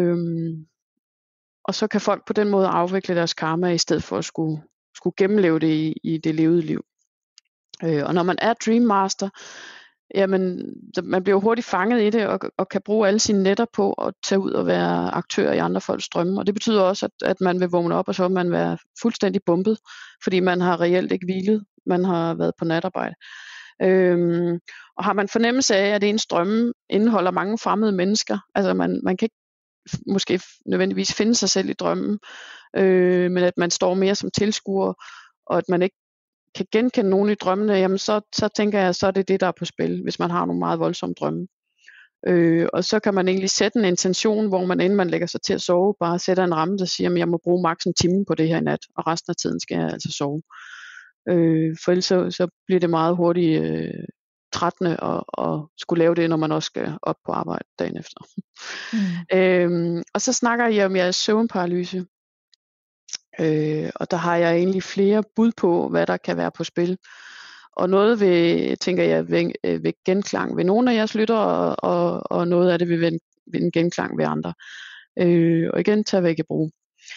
Og så kan folk på den måde afvikle deres karma, i stedet for at skulle gennemleve det i det levede liv. Og når man er Dream Master, jamen, man bliver hurtigt fanget i det, og kan bruge alle sine netter på at tage ud og være aktør i andre folks drømme. Og det betyder også, at man vil vågne op, og så vil man være fuldstændig bumpet, fordi man har reelt ikke hvilet. Man har været på natarbejde. Og har man fornemmelse af, at ens drømme indeholder mange fremmede mennesker, altså man kan ikke måske nødvendigvis finde sig selv i drømmen, men at man står mere som tilskuer, og at man ikke kan genkende nogen i drømmene, jamen så tænker jeg, så er det der er på spil, hvis man har nogle meget voldsomme drømme. Og så kan man egentlig sætte en intention, hvor man, inden man lægger sig til at sove, bare sætter en ramme, der siger, at jeg må bruge maks en time på det her i nat, og resten af tiden skal jeg altså sove. For ellers så bliver det meget hurtigt trættende og skulle lave det, når man også skal op på arbejde dagen efter. Og så snakker jeg om jeres søvnparalyse. Og der har jeg egentlig flere bud på, hvad der kan være på spil. Og noget tænker jeg ved genklang ved nogle af jeres lyttere, og noget af det vil en genklang ved andre. Og igen tager vi ikke brug.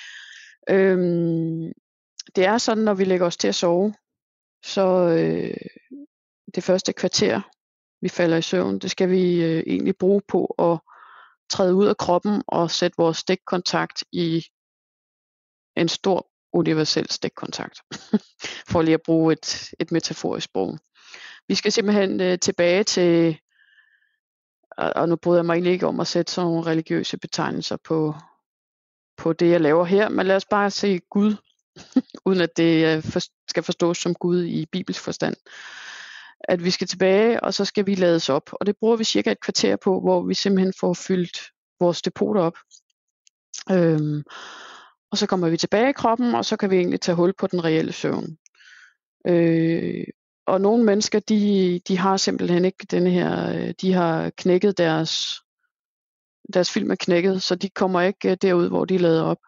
Det er sådan, når vi lægger os til at sove, så det første kvarter, vi falder i søvn, det skal vi egentlig bruge på at træde ud af kroppen og sætte vores stikkontakt i en stor universel stikkontakt, for lige at bruge et metaforisk sprog. Vi skal simpelthen tilbage til, og nu bryder jeg mig egentlig ikke om at sætte sådan nogle religiøse betegnelser på det, jeg laver her, men lad os bare se Gud, uden at det skal forstås som Gud i Bibels forstand. At vi skal tilbage, og så skal vi lades op, og det bruger vi cirka et kvarter på, hvor vi simpelthen får fyldt vores depoter op. Og så kommer vi tilbage i kroppen, og så kan vi egentlig tage hul på den reelle søvn. Og nogle mennesker, de har simpelthen ikke denne her, de har knækket deres film er knækket, så de kommer ikke derud, hvor de er ladet op.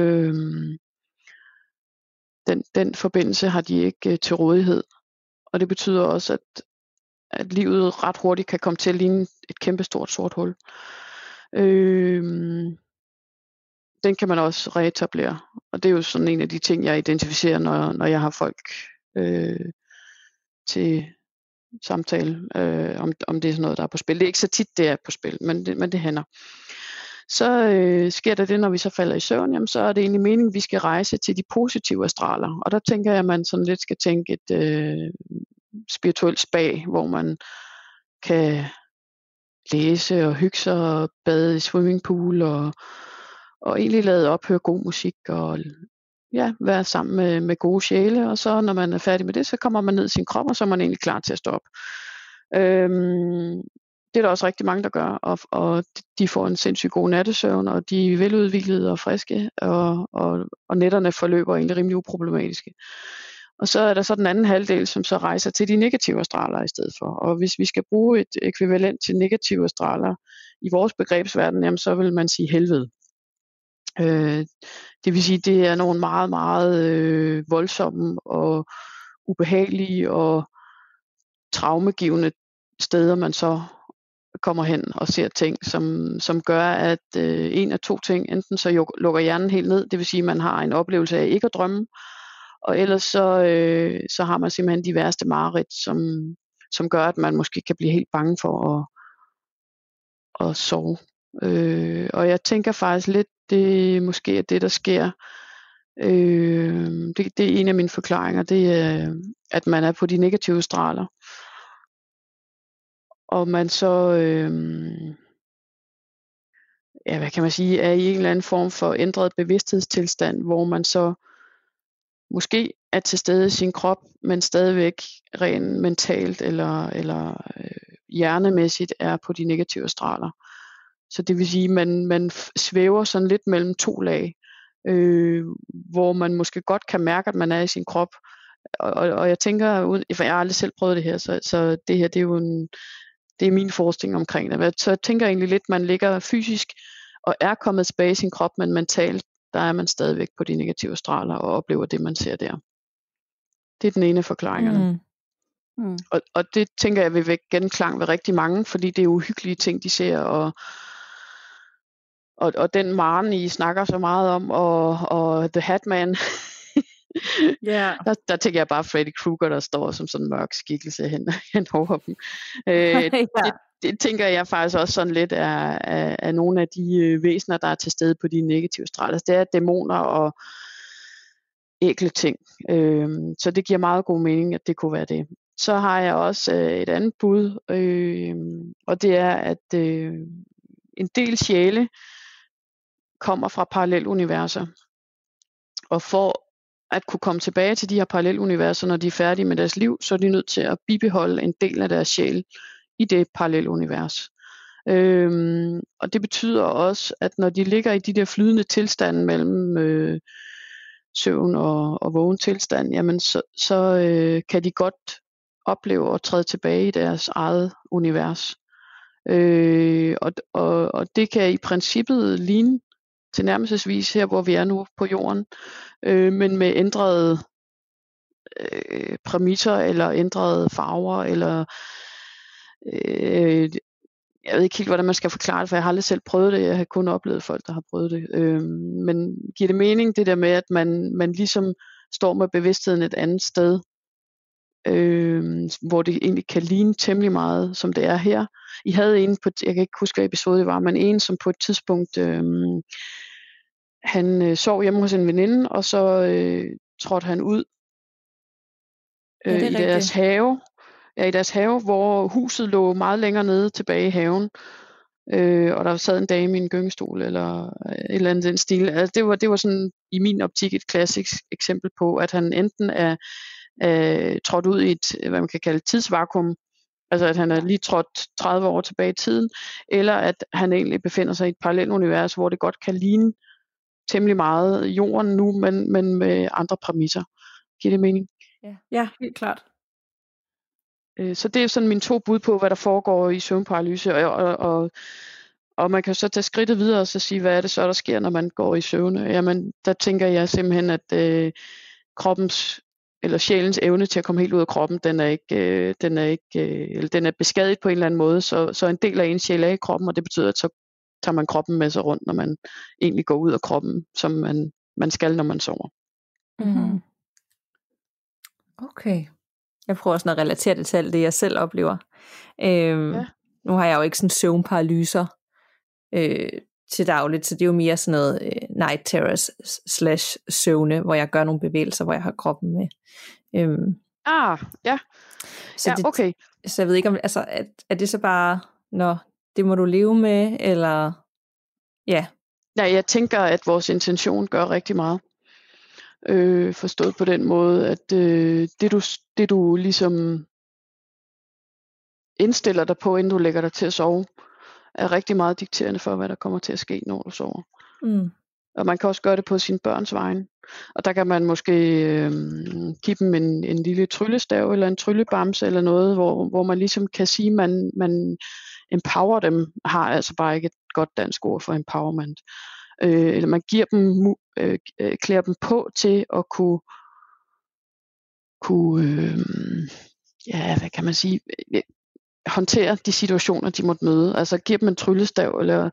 Den forbindelse har de ikke til rådighed. Og det betyder også, at livet ret hurtigt kan komme til at ligne et kæmpestort sort hul. Den kan man også reetablere. Og det er jo sådan en af de ting, jeg identificerer, når jeg har folk til samtale, om det er sådan noget, der er på spil. Det er ikke så tit, det er på spil, men det hænder. Så sker der det, når vi så falder i søvn, jamen, så er det egentlig meningen, at vi skal rejse til de positive astraler. Og der tænker jeg, at man sådan lidt skal tænke et spirituelt spa, hvor man kan læse og hygge sig og bade i swimmingpool og egentlig lade op, høre god musik og være sammen med gode sjæle. Og så når man er færdig med det, så kommer man ned i sin krop, og så er man egentlig klar til at stå op. Det er der også rigtig mange, der gør, og de får en sindssygt god nattesøvn, og de er veludviklede og friske, og nætterne forløber egentlig rimelig uproblematiske. Og så er der så den anden halvdel, som så rejser til de negative astraler i stedet for. Og hvis vi skal bruge et ekvivalent til negative astraler i vores begrebsverden, jamen så vil man sige helvede. Det vil sige, det er nogle meget, meget voldsomme og ubehagelige og traumegivende steder, man så kommer hen og ser ting, som gør, at en af to ting, enten så lukker hjernen helt ned, det vil sige, at man har en oplevelse af ikke at drømme, og ellers så har man simpelthen de værste mareridt, som gør, at man måske kan blive helt bange for at sove. Og jeg tænker faktisk lidt, det måske er det, der sker. Det er en af mine forklaringer, det er, at man er på de negative astraler. Og man så, hvad kan man sige, er i en eller anden form for ændret bevidsthedstilstand, hvor man så måske er til stede i sin krop, men stadigvæk rent mentalt eller hjernemæssigt er på de negative astraler. Så det vil sige, at man svæver sådan lidt mellem to lag, hvor man måske godt kan mærke, at man er i sin krop. Og jeg tænker, for jeg har aldrig selv prøvet det her, så det her, det er jo det er min forestilling omkring det. Så jeg tænker egentlig lidt, at man ligger fysisk og er kommet tilbage i sin krop, men mentalt, der er man stadigvæk på de negative astraler og oplever det, man ser der. Det er den ene af forklaringerne. Og det tænker jeg vil vække genklang ved rigtig mange, fordi det er uhyggelige ting, de ser, og den Maren, I snakker så meget om, og The Hatman, Yeah. der tænker jeg bare Freddy Krueger, der står som sådan en mørk skikkelse hen over dem. Det tænker jeg faktisk også sådan lidt af nogle af de væsener, der er til stede på de negative straler. Det er dæmoner og ækle ting. Så det giver meget god mening, at det kunne være det. Så har jeg også et andet bud, og det er, at en del sjæle kommer fra paralleluniverser. Og for at kunne komme tilbage til de her paralleluniverser, når de er færdige med deres liv, så er de nødt til at bibeholde en del af deres sjæl i det parallelunivers. Og det betyder også, at når de ligger i de der flydende tilstande mellem søvn og vågen tilstand, jamen så kan de godt opleve at træde tilbage i deres eget univers. Og det kan i princippet ligne tilnærmelsesvis her, hvor vi er nu på jorden, men med ændrede præmisser, eller ændrede farver, eller jeg ved ikke helt, hvordan man skal forklare det, for jeg har aldrig selv prøvet det, jeg har kun oplevet folk, der har prøvet det. Men giver det mening, det der med, at man ligesom står med bevidstheden et andet sted, hvor det egentlig kan ligne temmelig meget, som det er her. I havde en på, jeg kan ikke huske, hvad episode det var, men en, som på et tidspunkt, han sov hjemme hos en veninde, og så trådte han ud i deres have. Ja, i deres have, hvor huset lå meget længere nede tilbage i haven. Og der sad en dame i en gyngestol, eller et eller andet den stil. Altså, det var sådan, i min optik, et klassisk eksempel på, at han enten er trådt ud i et, hvad man kan kalde tidsvakuum, altså at han er lige trådt 30 år tilbage i tiden, eller at han egentlig befinder sig i et parallelunivers, hvor det godt kan ligne temmelig meget jorden nu, men med andre præmisser. Giver det mening? Ja, helt klart. Så det er sådan mine to bud på, hvad der foregår i søvnparalyse, og man kan så tage skridtet videre og så sige, hvad er det så, der sker, når man går i søvne? Jamen, der tænker jeg simpelthen, at kroppens eller sjælens evne til at komme helt ud af kroppen, den er beskadiget på en eller anden måde, så en del af ens sjæl er i kroppen, og det betyder, at så tager man kroppen med sig rundt, når man egentlig går ud af kroppen, som man skal, når man sover. Mm-hmm. Okay. Jeg prøver sådan at relatere det til alt det, jeg selv oplever. Nu har jeg jo ikke sådan søvnparalyser til dagligt, så det er jo mere sådan noget night terrors / søvne, hvor jeg gør nogle bevægelser, hvor jeg har kroppen med. Ja. Så ja, okay. Så jeg ved ikke, om altså, er det så bare, det må du leve med, eller ja. Ja, jeg tænker, at vores intention gør rigtig meget. Forstået på den måde, at det du ligesom indstiller dig på, inden du lægger dig til at sove, er rigtig meget dikterende for, hvad der kommer til at ske, når du sover. Og man kan også gøre det på sine børns vegne. Og der kan man måske give dem en lille tryllestav, eller en tryllebamse, eller noget, hvor man ligesom kan sige, man empower dem, har altså bare ikke et godt dansk ord for empowerment. Eller man giver dem, klæder dem på til at kunne hvad kan man sige, håndtere de situationer, de måtte møde. Altså giver dem en tryllestav, eller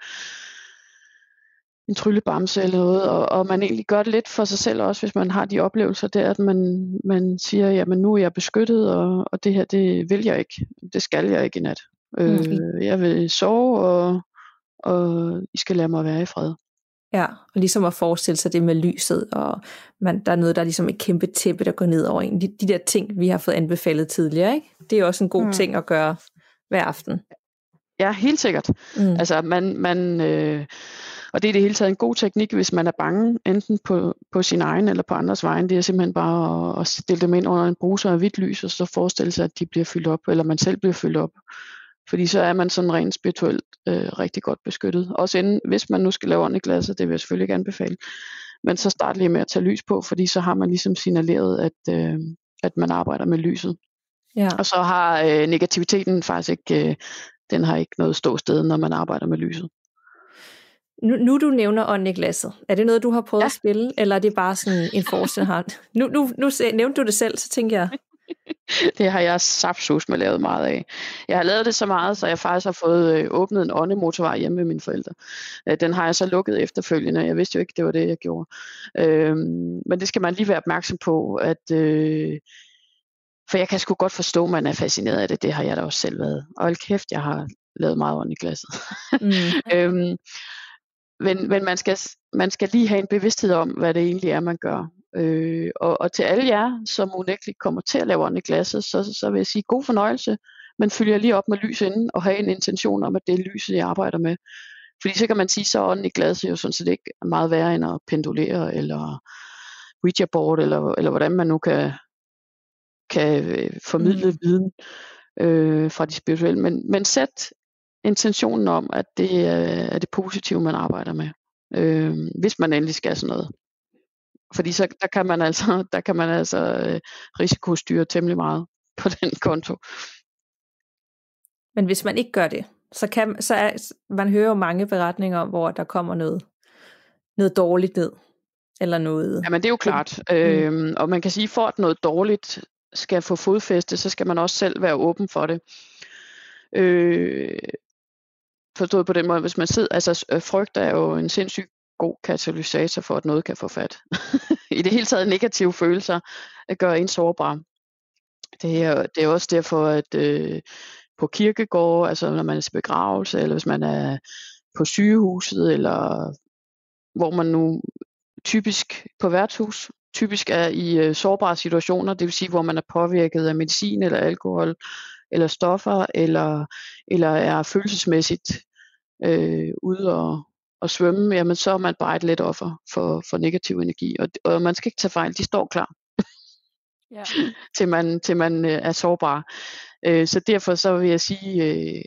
en tryllebamse eller noget, og man egentlig gør det lidt for sig selv også, hvis man har de oplevelser der, at man siger, jamen nu er jeg beskyttet, og det her, det vil jeg ikke. Det skal jeg ikke i nat. Jeg vil sove, og I skal lade mig være i fred. Ja, og ligesom at forestille sig det med lyset, og der er noget, der er ligesom et kæmpe tæppe, der går ned over en. De der ting, vi har fået anbefalet tidligere, ikke? Det er også en god ting at gøre hver aften. Ja, helt sikkert. Altså, Og det er det hele taget en god teknik, hvis man er bange, enten på sin egen eller på andres vegne. Det er simpelthen bare at stille dem ind under en bruser af hvidt lys, og så forestille sig, at de bliver fyldt op, eller man selv bliver fyldt op. Fordi så er man sådan rent spirituelt rigtig godt beskyttet. Også inden, hvis man nu skal lave ånd i glasset, det vil jeg selvfølgelig ikke anbefale. Men så start lige med at tage lys på, fordi så har man ligesom signaleret, at man arbejder med lyset. Ja. Og så har negativiteten faktisk ikke, den har ikke noget ståsted, når man arbejder med lyset. Nu du nævner ånd i glasset, er det noget, du har prøvet at spille, eller er det bare sådan en forestilling? Nu nævnte du det selv, så tænker jeg... Det har jeg saftsus med lavet meget af. Jeg har lavet det så meget, så jeg faktisk har fået åbnet en åndemotorvej hjemme med mine forældre. Den har jeg så lukket efterfølgende. Jeg vidste jo ikke, det var det, jeg gjorde. Men det skal man lige være opmærksom på, at... For jeg kan sgu godt forstå, at man er fascineret af det. Det har jeg da også selv været. Og hold kæft, jeg har lavet meget ånd i glasset. Men man skal lige have en bevidsthed om, hvad det egentlig er, man gør. Og til alle jer, som unægteligt kommer til at lave ånd i glasset, så vil jeg sige god fornøjelse, men følger lige op med lys inden, og have en intention om, at det er lyset, jeg arbejder med. Fordi så kan man sige, så er ånden i glasset jo sådan set ikke meget værre end at pendulere, eller Ouija board, eller hvordan man nu kan formidle viden fra de spirituelle. Men sæt intentionen om, at det er det positive, man arbejder med, hvis man endelig skal sådan noget. Fordi så der kan man altså risikostyre temmelig meget på den konto. Men hvis man ikke gør det, man hører jo mange beretninger om, hvor der kommer noget dårligt ned, eller noget... Jamen det er jo klart, og man kan sige, for at noget dårligt skal få fodfæste, så skal man også selv være åben for det. Forstået på den måde, hvis man sidder, altså frygt er jo en sindssygt god katalysator for, at noget kan få fat. I det hele taget negative følelser gør en sårbar. Det er også derfor, at på kirkegårde, altså når man er til begravelse, eller hvis man er på sygehuset, eller hvor man nu typisk på værtshus, typisk er i sårbare situationer, det vil sige, hvor man er påvirket af medicin, eller alkohol, eller stoffer, eller er følelsesmæssigt ude og svømme, jamen så er man bare et let offer for negativ energi, og man skal ikke tage fejl, de står klar, til man er sårbar. Så derfor så vil jeg sige,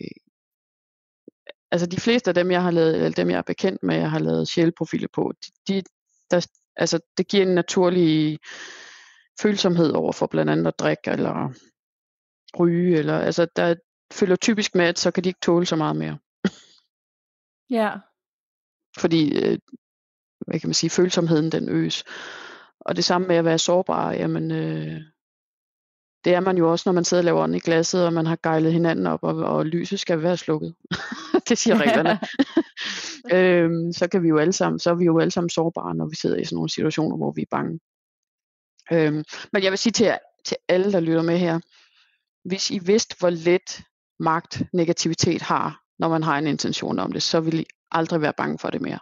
altså de fleste af dem, jeg har lavet, eller dem jeg er bekendt med, jeg har lavet sjæleprofiler på, det giver en naturlig følsomhed over for blandt andet at drikke, eller ryge, eller altså der følger typisk med, at så kan de ikke tåle så meget mere. Ja. Fordi, hvad kan man sige, følsomheden den øges. Og det samme med at være sårbar, jamen, det er man jo også, når man sidder og laver ånd i glasset, og man har gejlet hinanden op, og lyset skal være slukket. Det siger reglerne. Så er vi jo alle sammen sårbare, når vi sidder i sådan nogle situationer, hvor vi er bange. Men jeg vil sige til alle, der lytter med her, hvis I vidste, hvor lidt magt negativitet har, når man har en intention om det, så vil I aldrig være bange for det mere.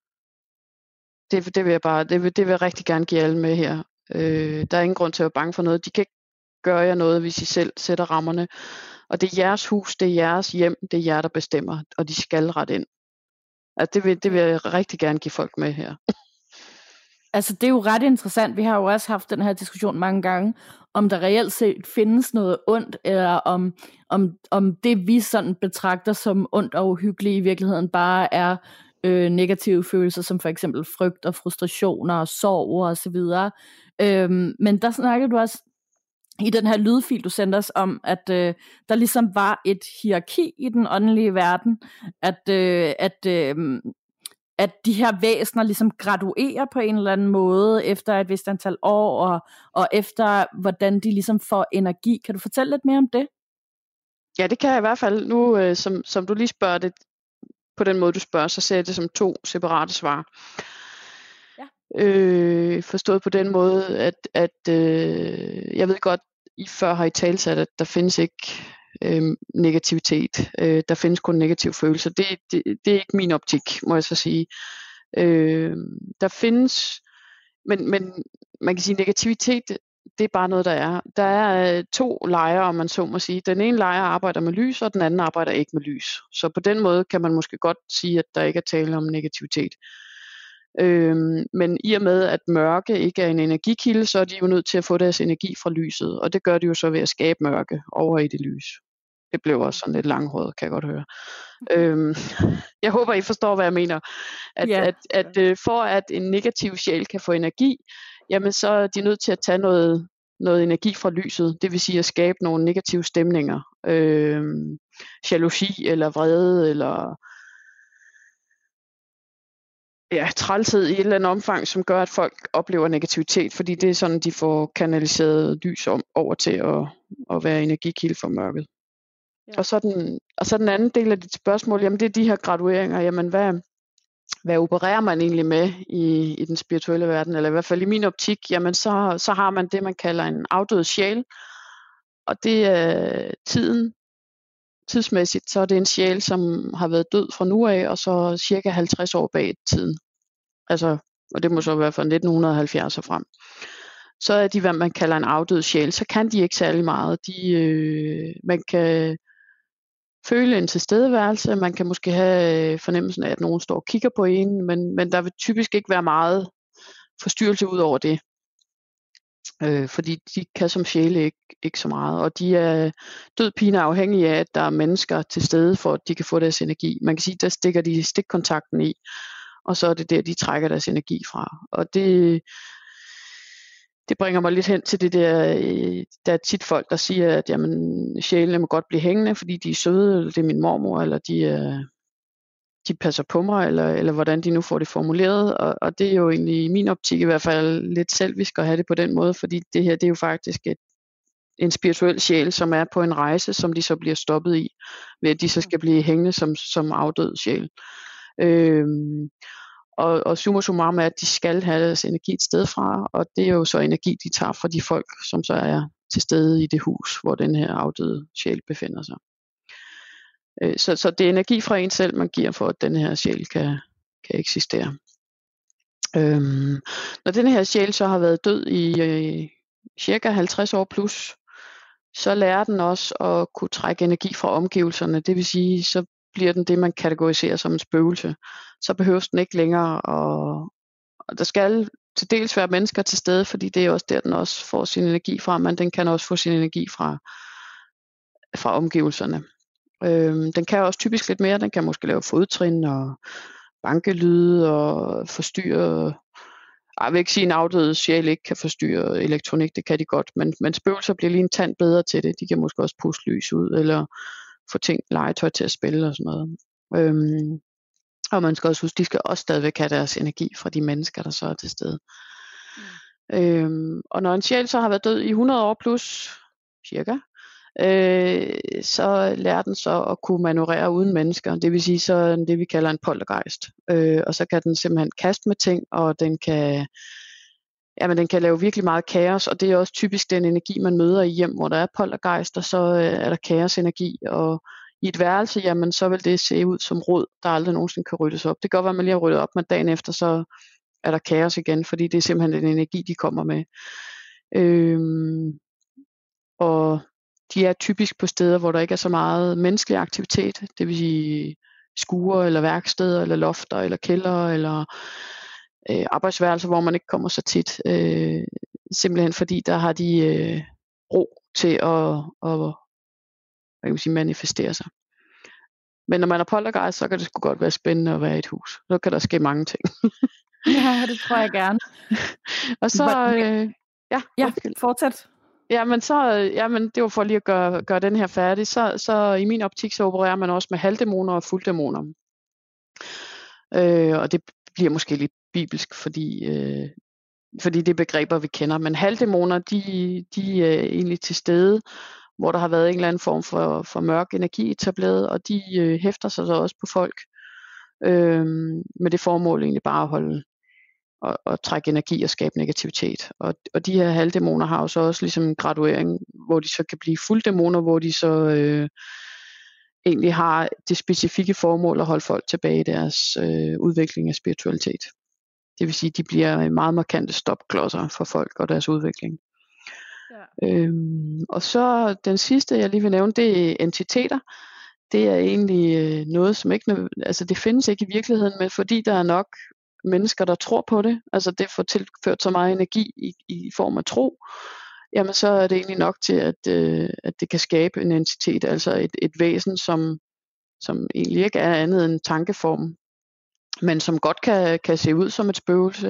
Det vil jeg rigtig gerne give alle med her. Der er ingen grund til at være bange for noget. De kan ikke gøre jer noget, hvis I selv sætter rammerne. Og det er jeres hus, det er jeres hjem, det er jer, der bestemmer, og de skal rette ind. Altså det vil jeg rigtig gerne give folk med her. Altså det er jo ret interessant. Vi har jo også haft den her diskussion mange gange, om der reelt set findes noget ondt, eller om det vi sådan betragter som ondt og uhyggeligt i virkeligheden bare er negative følelser, som for eksempel frygt og frustrationer og sorg og så videre. Men der snakker du også i den her lydfil, du sendte os om, at der ligesom var et hierarki i den åndelige verden, at de her væsener ligesom graduerer på en eller anden måde efter et vist antal år, og efter hvordan de ligesom får energi. Kan du fortælle lidt mere om det? Ja, det kan jeg i hvert fald. Nu, som du lige spørger det, på den måde du spørger, så ser jeg det som 2 separate svar. Ja. Forstået på den måde, at jeg ved godt, I før har I talsat, at der findes ikke negativitet. Der findes kun negative følelser. Det er ikke min optik, må jeg så sige. Der findes, men man kan sige, negativitet, Det er bare noget, der er. Der er 2 lejre, om man så må sige. Den ene lejr arbejder med lys, og den anden arbejder ikke med lys. Så på den måde kan man måske godt sige, at der ikke er tale om negativitet. Men i og med, at mørke ikke er en energikilde, så er de jo nødt til at få deres energi fra lyset. Og det gør de jo så ved at skabe mørke over i det lys. Det blev også sådan lidt langhåret, kan jeg godt høre. Jeg håber, I forstår, hvad jeg mener. At for at en negativ sjæl kan få energi, jamen så er de nødt til at tage noget energi fra lyset. Det vil sige at skabe nogle negative stemninger. Jalousi eller vrede eller trælshed i et eller andet omfang, som gør, at folk oplever negativitet, fordi det er sådan, de får kanaliseret lys over til at være energikilde for mørket. Ja. Og så den anden del af dit spørgsmål, jamen det er de her gradueringer, jamen hvad opererer man egentlig med i den spirituelle verden, eller i hvert fald i min optik, jamen så har man det, man kalder en afdød sjæl, og det er tidsmæssigt, så er det en sjæl, som har været død fra nu af, og så cirka 50 år bag tiden. Altså, og det må så være fra 1970 og frem. Så er de, hvad man kalder en afdød sjæl, så kan de ikke særlig meget. Man kan føle en tilstedeværelse, man kan måske have fornemmelsen af, at nogen står og kigger på en, men der vil typisk ikke være meget forstyrrelse ud over det. Fordi de kan som sjæle ikke så meget, og de er dødpine afhængige af, at der er mennesker til stede, for at de kan få deres energi. Man kan sige, der stikker de stikkontakten i, og så er det der, de trækker deres energi fra. Og det bringer mig lidt hen til det der er tit folk, der siger, at jamen, sjælene må godt blive hængende, fordi de er søde, eller det er min mormor, eller de passer på mig, eller hvordan de nu får det formuleret, og det er jo egentlig i min optik i hvert fald lidt selvisk at have det på den måde, fordi det her, det er jo faktisk en spirituel sjæl, som er på en rejse, som de så bliver stoppet i, ved at de så skal blive hængende som afdød sjæl. Og summa summarum er, at de skal have deres energi et sted fra, og det er jo så energi, de tager fra de folk, som så er til stede i det hus, hvor den her afdøde sjæl befinder sig. Så det er energi fra en selv, man giver for, at den her sjæl kan eksistere. Når den her sjæl så har været død i cirka 50 år plus, så lærer den også at kunne trække energi fra omgivelserne. Det vil sige, så bliver den det, man kategoriserer som en spøgelse. Så behøves den ikke længere, og der skal til dels være mennesker til stede, fordi det er også der, den også får sin energi fra, men den kan også få sin energi fra omgivelserne. Den kan også typisk lidt mere, den kan måske lave fodtrin og bankelyde og forstyrre. Jeg vil ikke sige, at en afdød sjæl ikke kan forstyrre elektronik, det kan de godt, men spøgelser bliver lige en tand bedre til det. De kan måske også puste lys ud, eller få legetøj til at spille og sådan noget. Og man skal også huske, de skal også stadigvæk have deres energi fra de mennesker, der så er til stede. Og når en sjæl så har været død i 100 år plus, cirka, så lærer den så at kunne manøvrere uden mennesker. Det vil sige så det vi kalder en poltergeist. Og så kan den simpelthen kaste med ting, og den kan lave virkelig meget kaos, og det er også typisk den energi man møder i hjem, hvor der er poltergeister, så er der kaosenergi, og i et værelse, jamen så vil det se ud som rod, der aldrig nogensinde kan ryddes op. Det kan godt være, at man lige har ryddet op, men dagen efter, så er der kaos igen, fordi det er simpelthen den energi, de kommer med. Og de er typisk på steder, hvor der ikke er så meget menneskelig aktivitet, det vil sige skure, eller værksteder, eller lofter, eller kældre, eller arbejdsværelser, hvor man ikke kommer så tit. Simpelthen fordi, der har de ro til at manifestere sig. Men når man er poltergeist, så kan det sgu godt være spændende at være i et hus. Så kan der ske mange ting. Ja, det tror jeg gerne. Og så... ja, fortsæt. Jamen, det var for lige at gøre den her færdig. Så i min optik, så opererer man også med halvdæmoner og fulddæmoner. Og det bliver måske lidt bibelsk, fordi det er begreber, vi kender. Men halvdæmoner, de er egentlig til stede, hvor der har været en eller anden form for mørk energi etableret, og de hæfter sig så også på folk. Med det formål egentlig bare at holde og trække energi og skabe negativitet. Og de her halvdæmoner har jo så også ligesom en graduering, hvor de så kan blive fulddæmoner, hvor de så egentlig har det specifikke formål at holde folk tilbage i deres udvikling af spiritualitet. Det vil sige, at de bliver meget markante stopklodser for folk og deres udvikling. Og så den sidste, jeg lige vil nævne, det er entiteter. Det er egentlig noget, som ikke, altså det findes ikke i virkeligheden, men fordi der er nok mennesker, der tror på det, altså det får tilført så meget energi i form af tro, jamen så er det egentlig nok til, at det kan skabe en entitet, altså et væsen, som egentlig ikke er andet end tankeform, men som godt kan se ud som et spøgelse,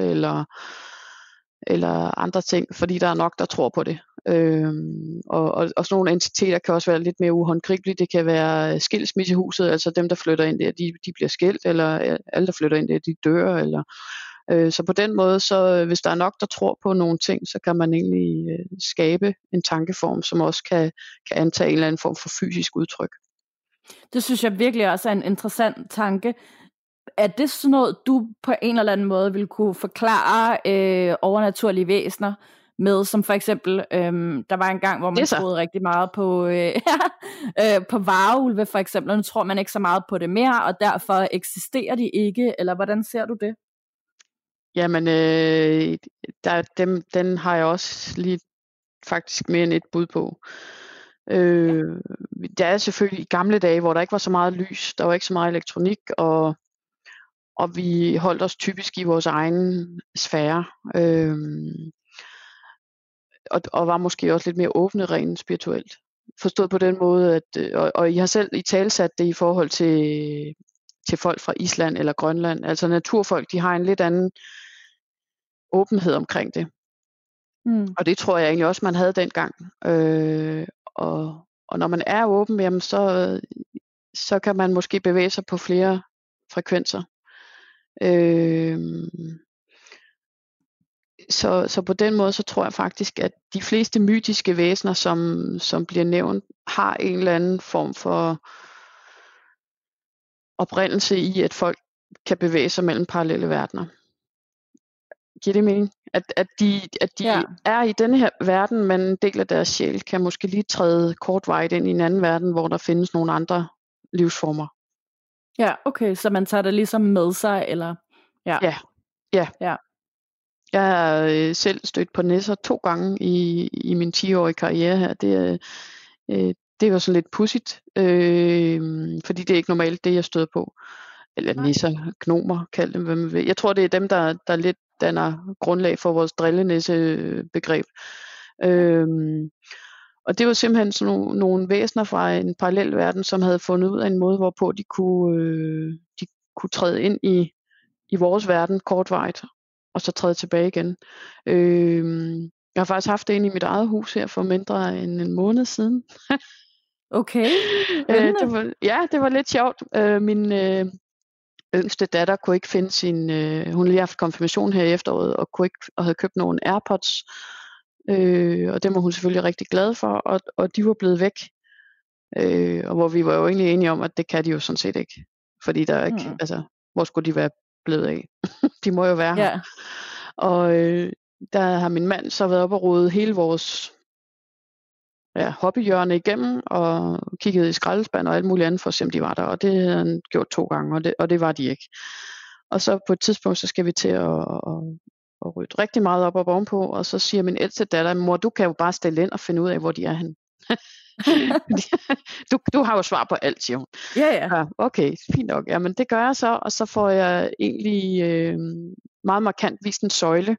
eller andre ting, fordi der er nok, der tror på det. Og sådan nogle entiteter kan også være lidt mere uhåndgribelige. Det kan være skilsmissehuset, altså dem, der flytter ind der, de bliver skilt, eller alle, der flytter ind der, de dør. Så på den måde, så hvis der er nok, der tror på nogle ting, så kan man egentlig skabe en tankeform, som også kan antage en eller anden form for fysisk udtryk. Det synes jeg virkelig også er en interessant tanke. Er det sådan noget, du på en eller anden måde vil kunne forklare overnaturlige væsener med, som for eksempel, der var en gang, hvor man troede rigtig meget på varulve for eksempel, og nu tror man ikke så meget på det mere, og derfor eksisterer de ikke, eller hvordan ser du det? Jamen, den har jeg også lige faktisk mere end et bud på. Der er selvfølgelig i gamle dage, hvor der ikke var så meget lys, der var ikke så meget elektronik, og vi holdt os typisk i vores egen sfære, og var måske også lidt mere åbne rent spirituelt. Forstået på den måde, at og I har selv italesat det i forhold til folk fra Island eller Grønland. Altså naturfolk, de har en lidt anden åbenhed omkring det. Og det tror jeg egentlig også, man havde dengang. Og når man er åben, jamen så kan man måske bevæge sig på flere frekvenser. Så på den måde, så tror jeg faktisk, at de fleste mytiske væsener, som bliver nævnt, har en eller anden form for oprindelse i, at folk kan bevæge sig mellem parallelle verdener. Giver det mening? At de er i denne her verden, men en del af deres sjæl kan måske lige træde kortvarigt ind i en anden verden, hvor der findes nogle andre livsformer. Ja, okay, så man tager det ligesom med sig, eller? Ja. Jeg har selv stødt på nisser 2 gange i min 10-årige karriere her. Det var sådan lidt pudsigt, fordi det er ikke normalt det, jeg støder på. Eller nisser, gnomer, kald dem, hvad man vil. Jeg tror, det er dem, der lidt danner grundlag for vores drillenisse-begreb. Og det var simpelthen sådan nogle væsener fra en parallel verden, som havde fundet ud af en måde, hvorpå de kunne træde ind i vores verden kortvarigt, og så træde tilbage igen. Jeg har faktisk haft det inde i mit eget hus her for mindre end en måned siden. Okay. Det var lidt sjovt. Min yngste datter kunne ikke finde sin... hun lige haft konfirmation her i efteråret, og havde købt nogle AirPods. Og det var hun selvfølgelig rigtig glad for, og de var blevet væk. Og hvor vi var jo egentlig enige om, at det kan de jo sådan set ikke. Fordi der er ikke... Altså, hvor skulle de være blevet af? De må jo være her. Og der har min mand så været op og rodet hele vores hobbyhjørne igennem, og kigget i skraldespand og alt muligt andet for at se, om de var der. Og det havde han gjort 2 gange, og det var de ikke. Og så på et tidspunkt, så skal vi til at rydde rigtig meget op og ovenpå, og så siger min ældste datter, mor, du kan jo bare stille ind og finde ud af, hvor de er henne. du har jo svar på alt, siger hun. Ja, okay, fint nok. Jamen det gør jeg så, og så får jeg egentlig meget markant vist en søjle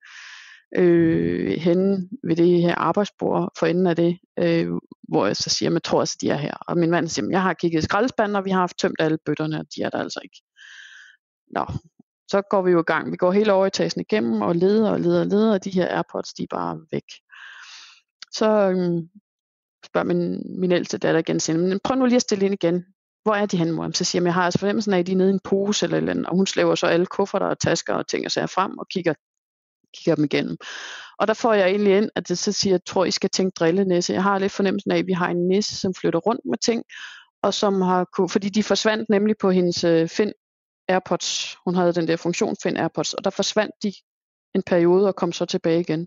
henne ved det her arbejdsbord for enden af det, hvor jeg så siger, jeg tror altså, de er her. Og min mand siger, jeg har kigget i skraldespanden, og vi har haft tømt alle bøtterne, og de er der altså ikke. Nå, så går vi jo i gang. Vi går hele overetagen igennem og leder, og de her AirPods, de er bare væk. Så spørger min ældste datter igen, siger, men prøv nu lige at stille ind igen. Hvor er de henne, mor? Så siger jeg har altså fornemmelsen af, at de er nede i en pose eller et eller andet, og hun slæver så alle kufferter og tasker og ting og sager frem og kigger dem igennem. Og der får jeg egentlig ind, at det så siger, jeg tror, I skal tænke drillenisse. Jeg har lidt fornemmelsen af, at vi har en nisse, som flytter rundt med ting, og som fordi de forsvandt nemlig på hendes Find AirPods. Hun havde den der funktion Find AirPods, og der forsvandt de en periode og kom så tilbage igen.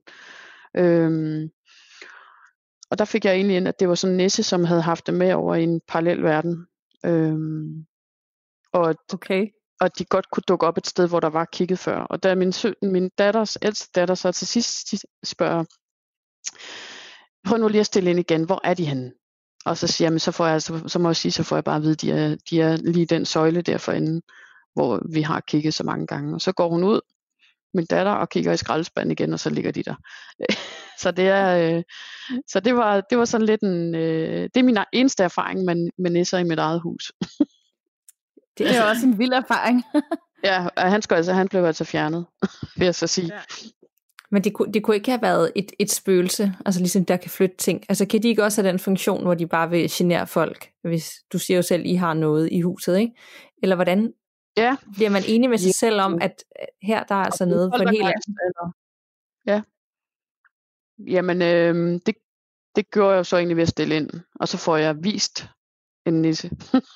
Og der fik jeg egentlig ind, at det var sådan en nisse, som havde haft det med over i en parallel verden. Og de godt kunne dukke op et sted, hvor der var kigget før. Og da min ældste datter så til sidst spørger, prøv nu lige at stille ind igen, hvor er de henne? Og så siger jeg, så må jeg sige, så får jeg bare at vide, de er lige den søjle der for enden, hvor vi har kigget så mange gange. Og så går hun ud, min datter, og kigger i skraldespanden igen, og så ligger de der. Så det var sådan lidt det er min eneste erfaring med nisser i mit eget hus. Det er også en vild erfaring. Ja, og han blev altså fjernet, vil jeg så sige. Ja. Men det kunne ikke have været et spøgelse, altså ligesom der kan flytte ting. Altså kan de ikke også have den funktion, hvor de bare vil genere folk, hvis du siger jo selv, I har noget i huset, ikke? Eller hvordan bliver man enig med sig selv om, at her der er altså noget for en hel anden? Ja. Jamen, det gjorde jeg jo så egentlig ved at stille ind, og så får jeg vist en nisse.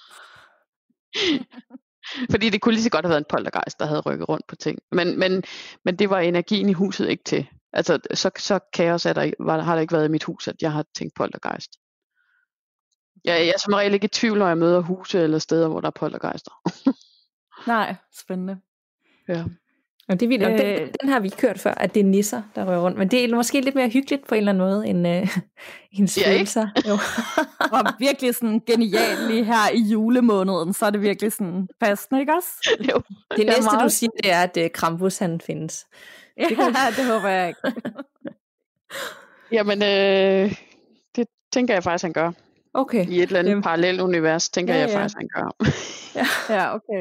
Fordi det kunne lige så godt have været en poltergeist, der havde rykket rundt på ting. Men det var energien i huset ikke til. Altså, så kaos har der ikke været i mit hus, at jeg har tænkt poltergeist. Jeg er som regel ikke i tvivl, når jeg møder huse eller steder, hvor der er poltergeister. Nej, spændende. Ja. Og det er vildt. Den har vi kørt før, at det er nisser, der rører rundt. Men det er måske lidt mere hyggeligt på en eller anden måde, end spøgelser. Ja, og virkelig sådan genialt lige her i julemåneden, så er det virkelig sådan passende, ikke også? Jo. Det næste, du siger, det er, at Krampus, han findes. Ja, det håber jeg ikke. Jamen, det tænker jeg faktisk, han gør. Okay. I et eller andet parallelt univers, tænker jeg faktisk, han gør. Ja, okay.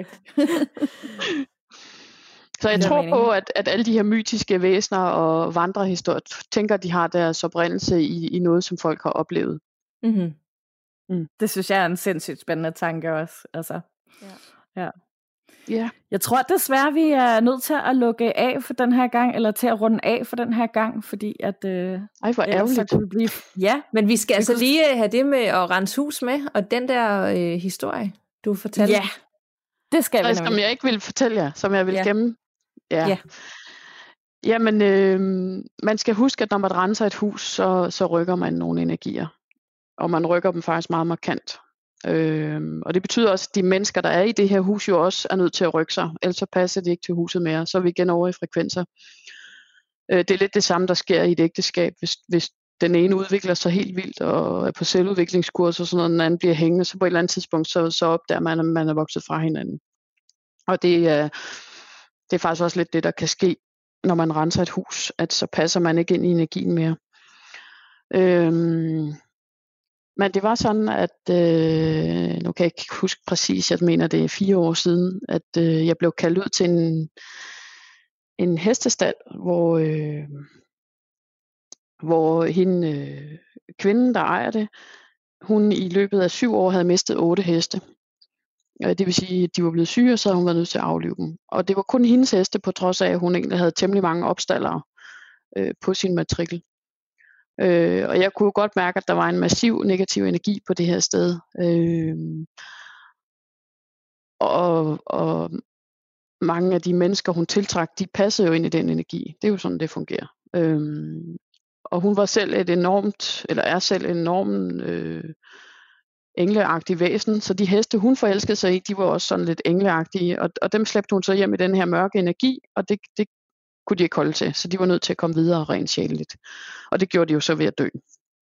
Så jeg tror på, at alle de her mytiske væsener og vandrehistorier, tænker, de har deres oprindelse i noget, som folk har oplevet. Mm-hmm. Det synes jeg er en sindssygt spændende tanke også. Altså. Ja. Ja. Jeg tror desværre, vi er nødt til at lukke af for den her gang, eller til at runde af for den her gang, fordi at... hvor ærgerligt. Ja, men vi skal altså lige have det med at rense hus med, og den der historie, du fortalte. Ja, det skal vi. Som jeg ikke vil fortælle jer, som jeg vil gemme. Ja. Jamen, man skal huske, at når man renser et hus, så rykker man nogle energier. Og man rykker dem faktisk meget markant. Og det betyder også, at de mennesker, der er i det her hus, jo også er nødt til at rykke sig. Ellers så passer de ikke til huset mere. Så er vi igen over i frekvenser. Det er lidt det samme, der sker i et ægteskab. Hvis den ene udvikler sig helt vildt og er på selvudviklingskurs og sådan noget, den anden bliver hængende, så på et eller andet tidspunkt, så opdager man, at man er vokset fra hinanden. Og det er faktisk også lidt det, der kan ske, når man renser et hus, at så passer man ikke ind i energien mere. Men det var sådan, at nu kan jeg ikke huske præcis, jeg mener det er 4 år siden, at jeg blev kaldt ud til en hestestald, hvor hende, kvinden, der ejer det, hun i løbet af 7 år havde mistet 8 heste. Det vil sige, at de var blevet syge, og så havde hun været nødt til at aflive dem. Og det var kun hendes heste, på trods af, at hun egentlig havde temmelig mange opstallere på sin matrikel. Og jeg kunne godt mærke, at der var en massiv negativ energi på det her sted. Og mange af de mennesker, hun tiltrak, de passede jo ind i den energi. Det er jo sådan, det fungerer. Og hun var selv er selv en enormt engleagtig væsen, så de heste, hun forelskede sig i, de var også sådan lidt engleagtige, og dem slæbte hun så hjem i den her mørke energi, og det kunne de ikke holde til, så de var nødt til at komme videre rent sjæleligt. Og det gjorde de jo så ved at dø.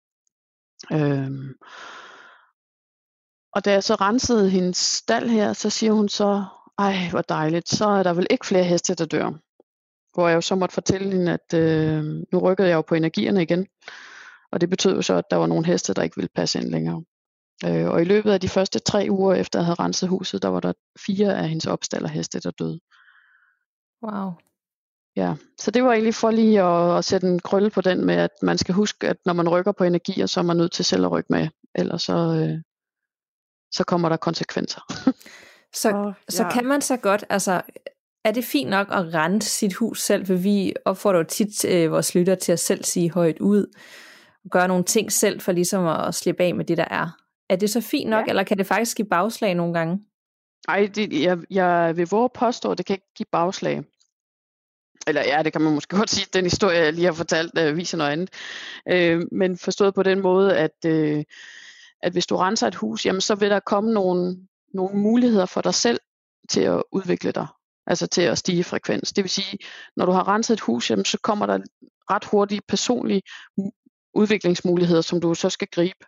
Og da jeg så rensede hendes stald her, så siger hun så, ej, hvor dejligt, så er der vel ikke flere heste, der dør. Hvor jeg jo så måtte fortælle hende, at nu rykkede jeg jo på energierne igen, og det betød jo så, at der var nogle heste, der ikke ville passe ind længere. Og i løbet af de første 3 uger, efter jeg havde renset huset, der var der 4 af hendes opstallerheste, der døde. Wow. Ja, så det var egentlig for lige at sætte en krølle på den med, at man skal huske, at når man rykker på energier, så er man nødt til selv at rykke med, ellers så kommer der konsekvenser. Så kan man så godt, altså er det fint nok at rense sit hus selv, for vi opfordrer jo tit vores lytter til at selv sige højt ud, og gøre nogle ting selv, for ligesom at slippe af med det, der er. Er det så fint nok, eller kan det faktisk give bagslag nogle gange? Ej, jeg vil våge påstå, at det kan ikke give bagslag. Eller ja, det kan man måske godt sige, den historie, jeg lige har fortalt, viser noget andet. Men forstået på den måde, at hvis du renser et hus, jamen, så vil der komme nogle muligheder for dig selv til at udvikle dig. Altså til at stige i frekvens. Det vil sige, når du har renset et hus, jamen, så kommer der ret hurtigt personlige udviklingsmuligheder, som du så skal gribe.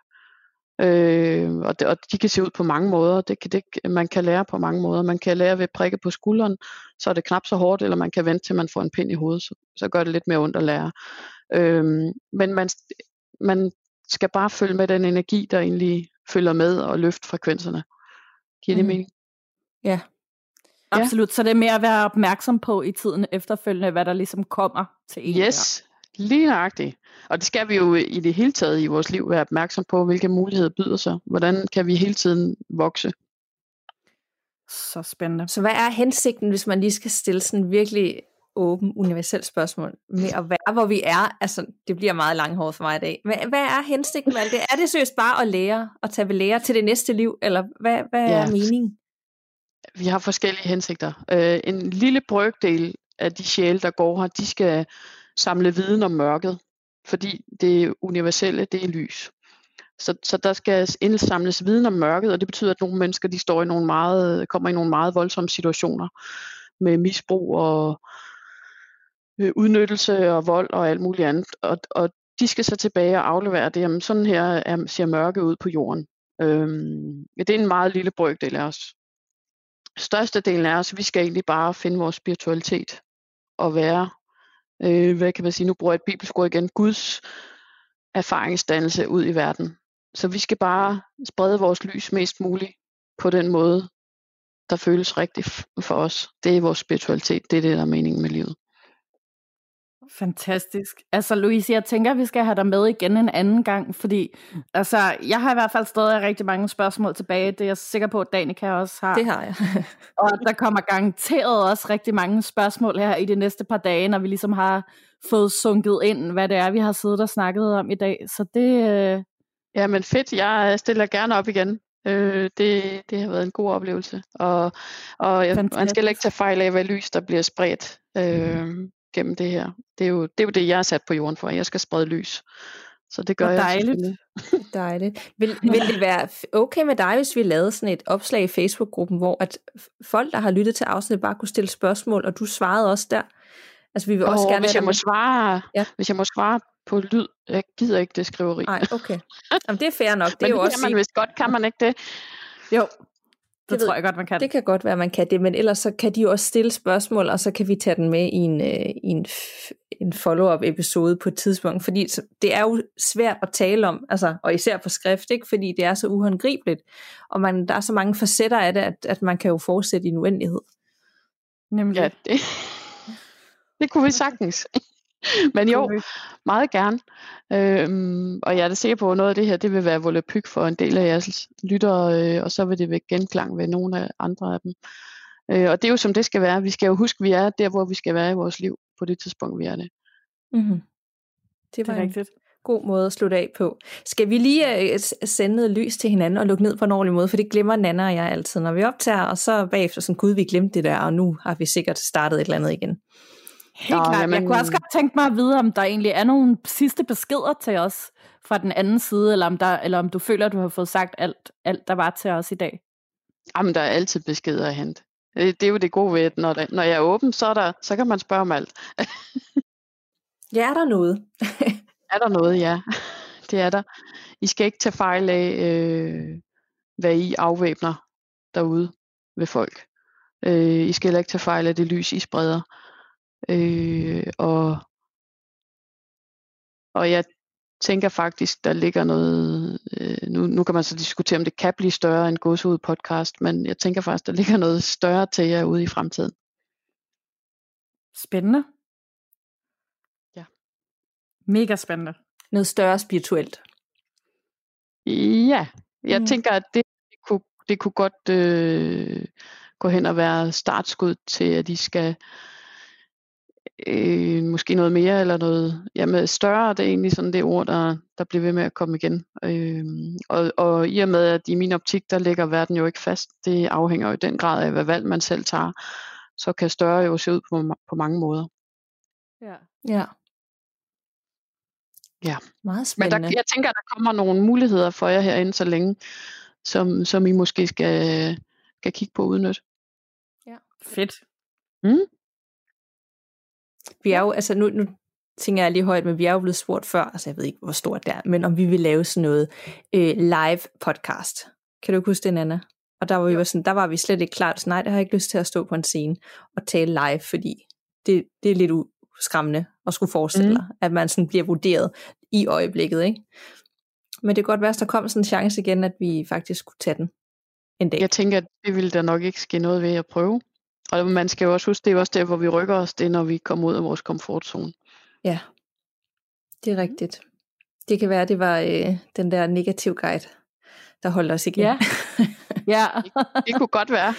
Og de kan se ud på mange måder. Man kan lære på mange måder. Man kan lære ved at prikke på skulderen, så er det knap så hårdt, eller man kan vente til man får en pind i hovedet, så gør det lidt mere ondt at lære. Men man skal bare følge med den energi, der egentlig følger med, og løfte frekvenserne. Giver det mening? Ja. Absolut, så det er mere at være opmærksom på i tiden efterfølgende, hvad der ligesom kommer til en. Yes, lige nøjagtigt. Og det skal vi jo i det hele taget i vores liv være opmærksom på, hvilke muligheder byder sig. Hvordan kan vi hele tiden vokse? Så spændende. Så hvad er hensigten, hvis man lige skal stille sådan virkelig åben, universelt spørgsmål med at være, hvor vi er? Altså, det bliver meget langhåret for mig i dag. Hvad er hensigten med alt det? Er det seriøst bare at lære, og tage ved lære til det næste liv? Eller hvad er meningen? Vi har forskellige hensigter. En lille brøkdel af de sjæle, der går her, de skal samle viden om mørket, fordi det universelle, det er lys. Så der skal indsamles viden om mørket, og det betyder, at nogle mennesker de kommer i nogle meget voldsomme situationer med misbrug og udnyttelse og vold og alt muligt andet. Og de skal så tilbage og aflevere det. Jamen, sådan her ser mørke ud på jorden. Det er en meget lille brøkdel af os. Størstedelen af os, vi skal egentlig bare finde vores spiritualitet og være, hvad kan man sige, nu bruger jeg et bibelsk ord igen, Guds erfaringsdannelse ud i verden. Så vi skal bare sprede vores lys mest muligt på den måde, der føles rigtigt for os. Det er vores spiritualitet, det er det, der er meningen med livet. Fantastisk. Altså Louise, jeg tænker, at vi skal have dig med igen en anden gang, fordi altså, jeg har i hvert fald stadig rigtig mange spørgsmål tilbage. Det er jeg sikker på, at Danica også har. Det har jeg. Og der kommer garanteret også rigtig mange spørgsmål her i de næste par dage, når vi ligesom har fået sunket ind, hvad det er, vi har siddet og snakket om i dag. Så det... Ja, men fedt. Jeg stiller gerne op igen. Det har været en god oplevelse. Og man skal ikke tage fejl af, hvad lys, der bliver spredt gennem det her. Det er jo det, jeg er sat på jorden for. Jeg skal sprede lys. Så det gør dejligt. jeg. Dejligt. Vil det være okay med dig, hvis vi lavede sådan et opslag i Facebook-gruppen, hvor at folk, der har lyttet til afsnittet, bare kunne stille spørgsmål, og du svarede også der? Altså, vi vil også gerne hvis jeg må svare på lyd, jeg gider ikke det skriveri. Nej, okay. Jamen, det er fair nok. Det men er jo også man vist godt, kan man ikke det? Jo, det tror jeg godt, man kan. Det kan godt være, man kan det, men ellers så kan de jo også stille spørgsmål, og så kan vi tage den med i en follow-up episode på et tidspunkt, fordi det er jo svært at tale om, altså, og især på skrift, ikke? Fordi det er så uhåndgribeligt, og der er så mange facetter af det, at man kan jo fortsætte i en uendelighed. Nemlig. Ja, det kunne vi sagtens. Men jo, meget gerne. Og jeg er da sikker på, at noget af det her, det vil være volapyk for en del af jeres lyttere, og så vil det vække genklang ved nogle af andre af dem. Og det er jo som det skal være. Vi skal jo huske, at vi er der, hvor vi skal være i vores liv, på det tidspunkt, vi er det. Mm-hmm. Det var rigtigt. God måde at slutte af på. Skal vi lige sende noget lys til hinanden og lukke ned på en ordentlig måde, for det glemmer Nanna og jeg altid, når vi optager, og så bagefter sådan, gud, vi glemte det der, og nu har vi sikkert startet et eller andet igen. Helt klart. Jamen... Jeg kunne også godt tænke mig at vide, om der egentlig er nogle sidste beskeder til os fra den anden side, eller om du føler, at du har fået sagt alt der var til os i dag. Jamen, der er altid beskeder at hente. Det er jo det gode ved, at når jeg er åben, så kan man spørge om alt. Ja, er der noget? Er der noget, ja. Det er der. I skal ikke tage fejl af, hvad I afvæbner derude ved folk. I skal heller ikke tage fejl af det lys, I spreder. Og jeg tænker faktisk, der ligger noget, nu kan man så diskutere, om det kan blive større end Gåsehud podcast, men jeg tænker faktisk, der ligger noget større til jer ude i fremtiden. Spændende. Ja. Mega spændende. Noget større spirituelt. Ja, jeg tænker, at det kunne godt gå hen og være startskud til, at de skal måske noget mere eller noget større. Det er egentlig sådan det ord, der bliver ved med at komme igen. Og i og med, at i min optik, der ligger verden jo ikke fast. Det afhænger jo i den grad af, hvad valg man selv tager. Så kan større jo se ud på mange måder. Ja. Ja. Meget spændende. Men jeg tænker, der kommer nogle muligheder for jer herinde så længe, som I måske skal kigge på og udnytte. Ja. Fedt. Vi er jo, altså nu tænker jeg lige højt, men vi er jo blevet spurgt før, altså jeg ved ikke, hvor stort det er, men om vi vil lave sådan noget live podcast. Kan du ikke huske det, Nana? Og der var vi sådan, der var vi slet ikke klar. Så nej, det har jeg ikke lyst til at stå på en scene og tale live, fordi det er lidt skræmmende at skulle forestille dig, at man sådan bliver vurderet i øjeblikket, ikke? Men det kan godt være, at der kom sådan en chance igen, at vi faktisk kunne tage den en dag. Jeg tænker, at det ville der nok ikke ske noget ved at prøve. Og man skal jo også huske, det er også der, hvor vi rykker os, det er, når vi kommer ud af vores komfortzone. Ja, det er rigtigt. Det kan være, det var den der negativ guide, der holdt os igen. Ja. Ja. Det kunne godt være.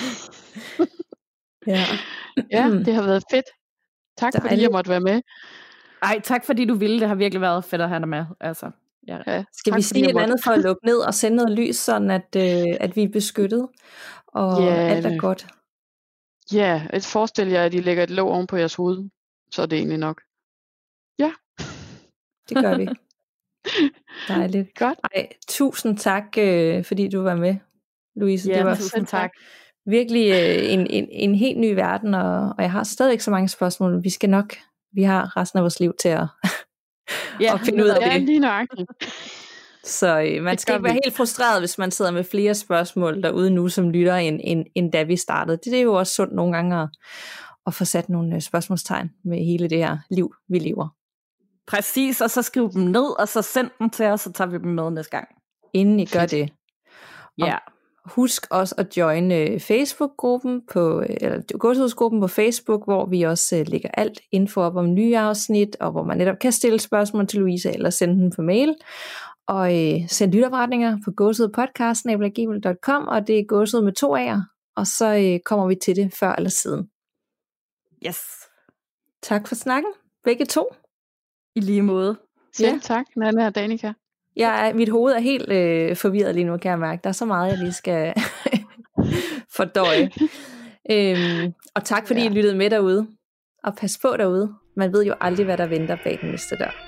Ja. Ja, det har været fedt. Tak fordi jeg måtte være med. Ej, tak fordi du ville. Det har virkelig været fedt at have dig med. Altså, Ja, skal vi sige et andet for at lukke ned og sende noget lys, sådan at vi er beskyttet, og alt er godt? Ja, forestil jer, at I lægger et låg oven på jeres hoved, så er det egentlig nok. Ja. Det gør vi. Dejligt. Godt. Ej, tusind tak, fordi du var med, Louise. Ja, det var tusind tak. Virkelig en helt ny verden, og jeg har stadig ikke så mange spørgsmål. Vi har resten af vores liv til at finde ud af det. Ja, lige nøjagtigt. Så man skal ikke være helt frustreret, hvis man sidder med flere spørgsmål derude nu, som lytter, end da vi startede. Det er jo også sundt nogle gange at få sat nogle spørgsmålstegn med hele det her liv, vi lever. Præcis, og så skriv dem ned, og så send dem til os, så tager vi dem med næste gang. Inden I gør det. Ja. Husk også at joine Facebook-gruppen eller Gåsehusgruppen på Facebook, hvor vi også lægger alt info op om nye afsnit, og hvor man netop kan stille spørgsmål til Louise, eller sende dem på mail. Og send lytterberetninger på gåsehudpodcast@gmail.com, og det er gåsehud med 2 A'er, og så kommer vi til det før eller siden. Yes. Tak for snakken, begge to. I lige måde. Selv tak, Nana og Danika. Mit hoved er helt forvirret lige nu, kan jeg mærke. Der er så meget, jeg lige skal fordøje. Og tak fordi I lyttede med derude. Og pas på derude. Man ved jo aldrig, hvad der venter bag den næste dør.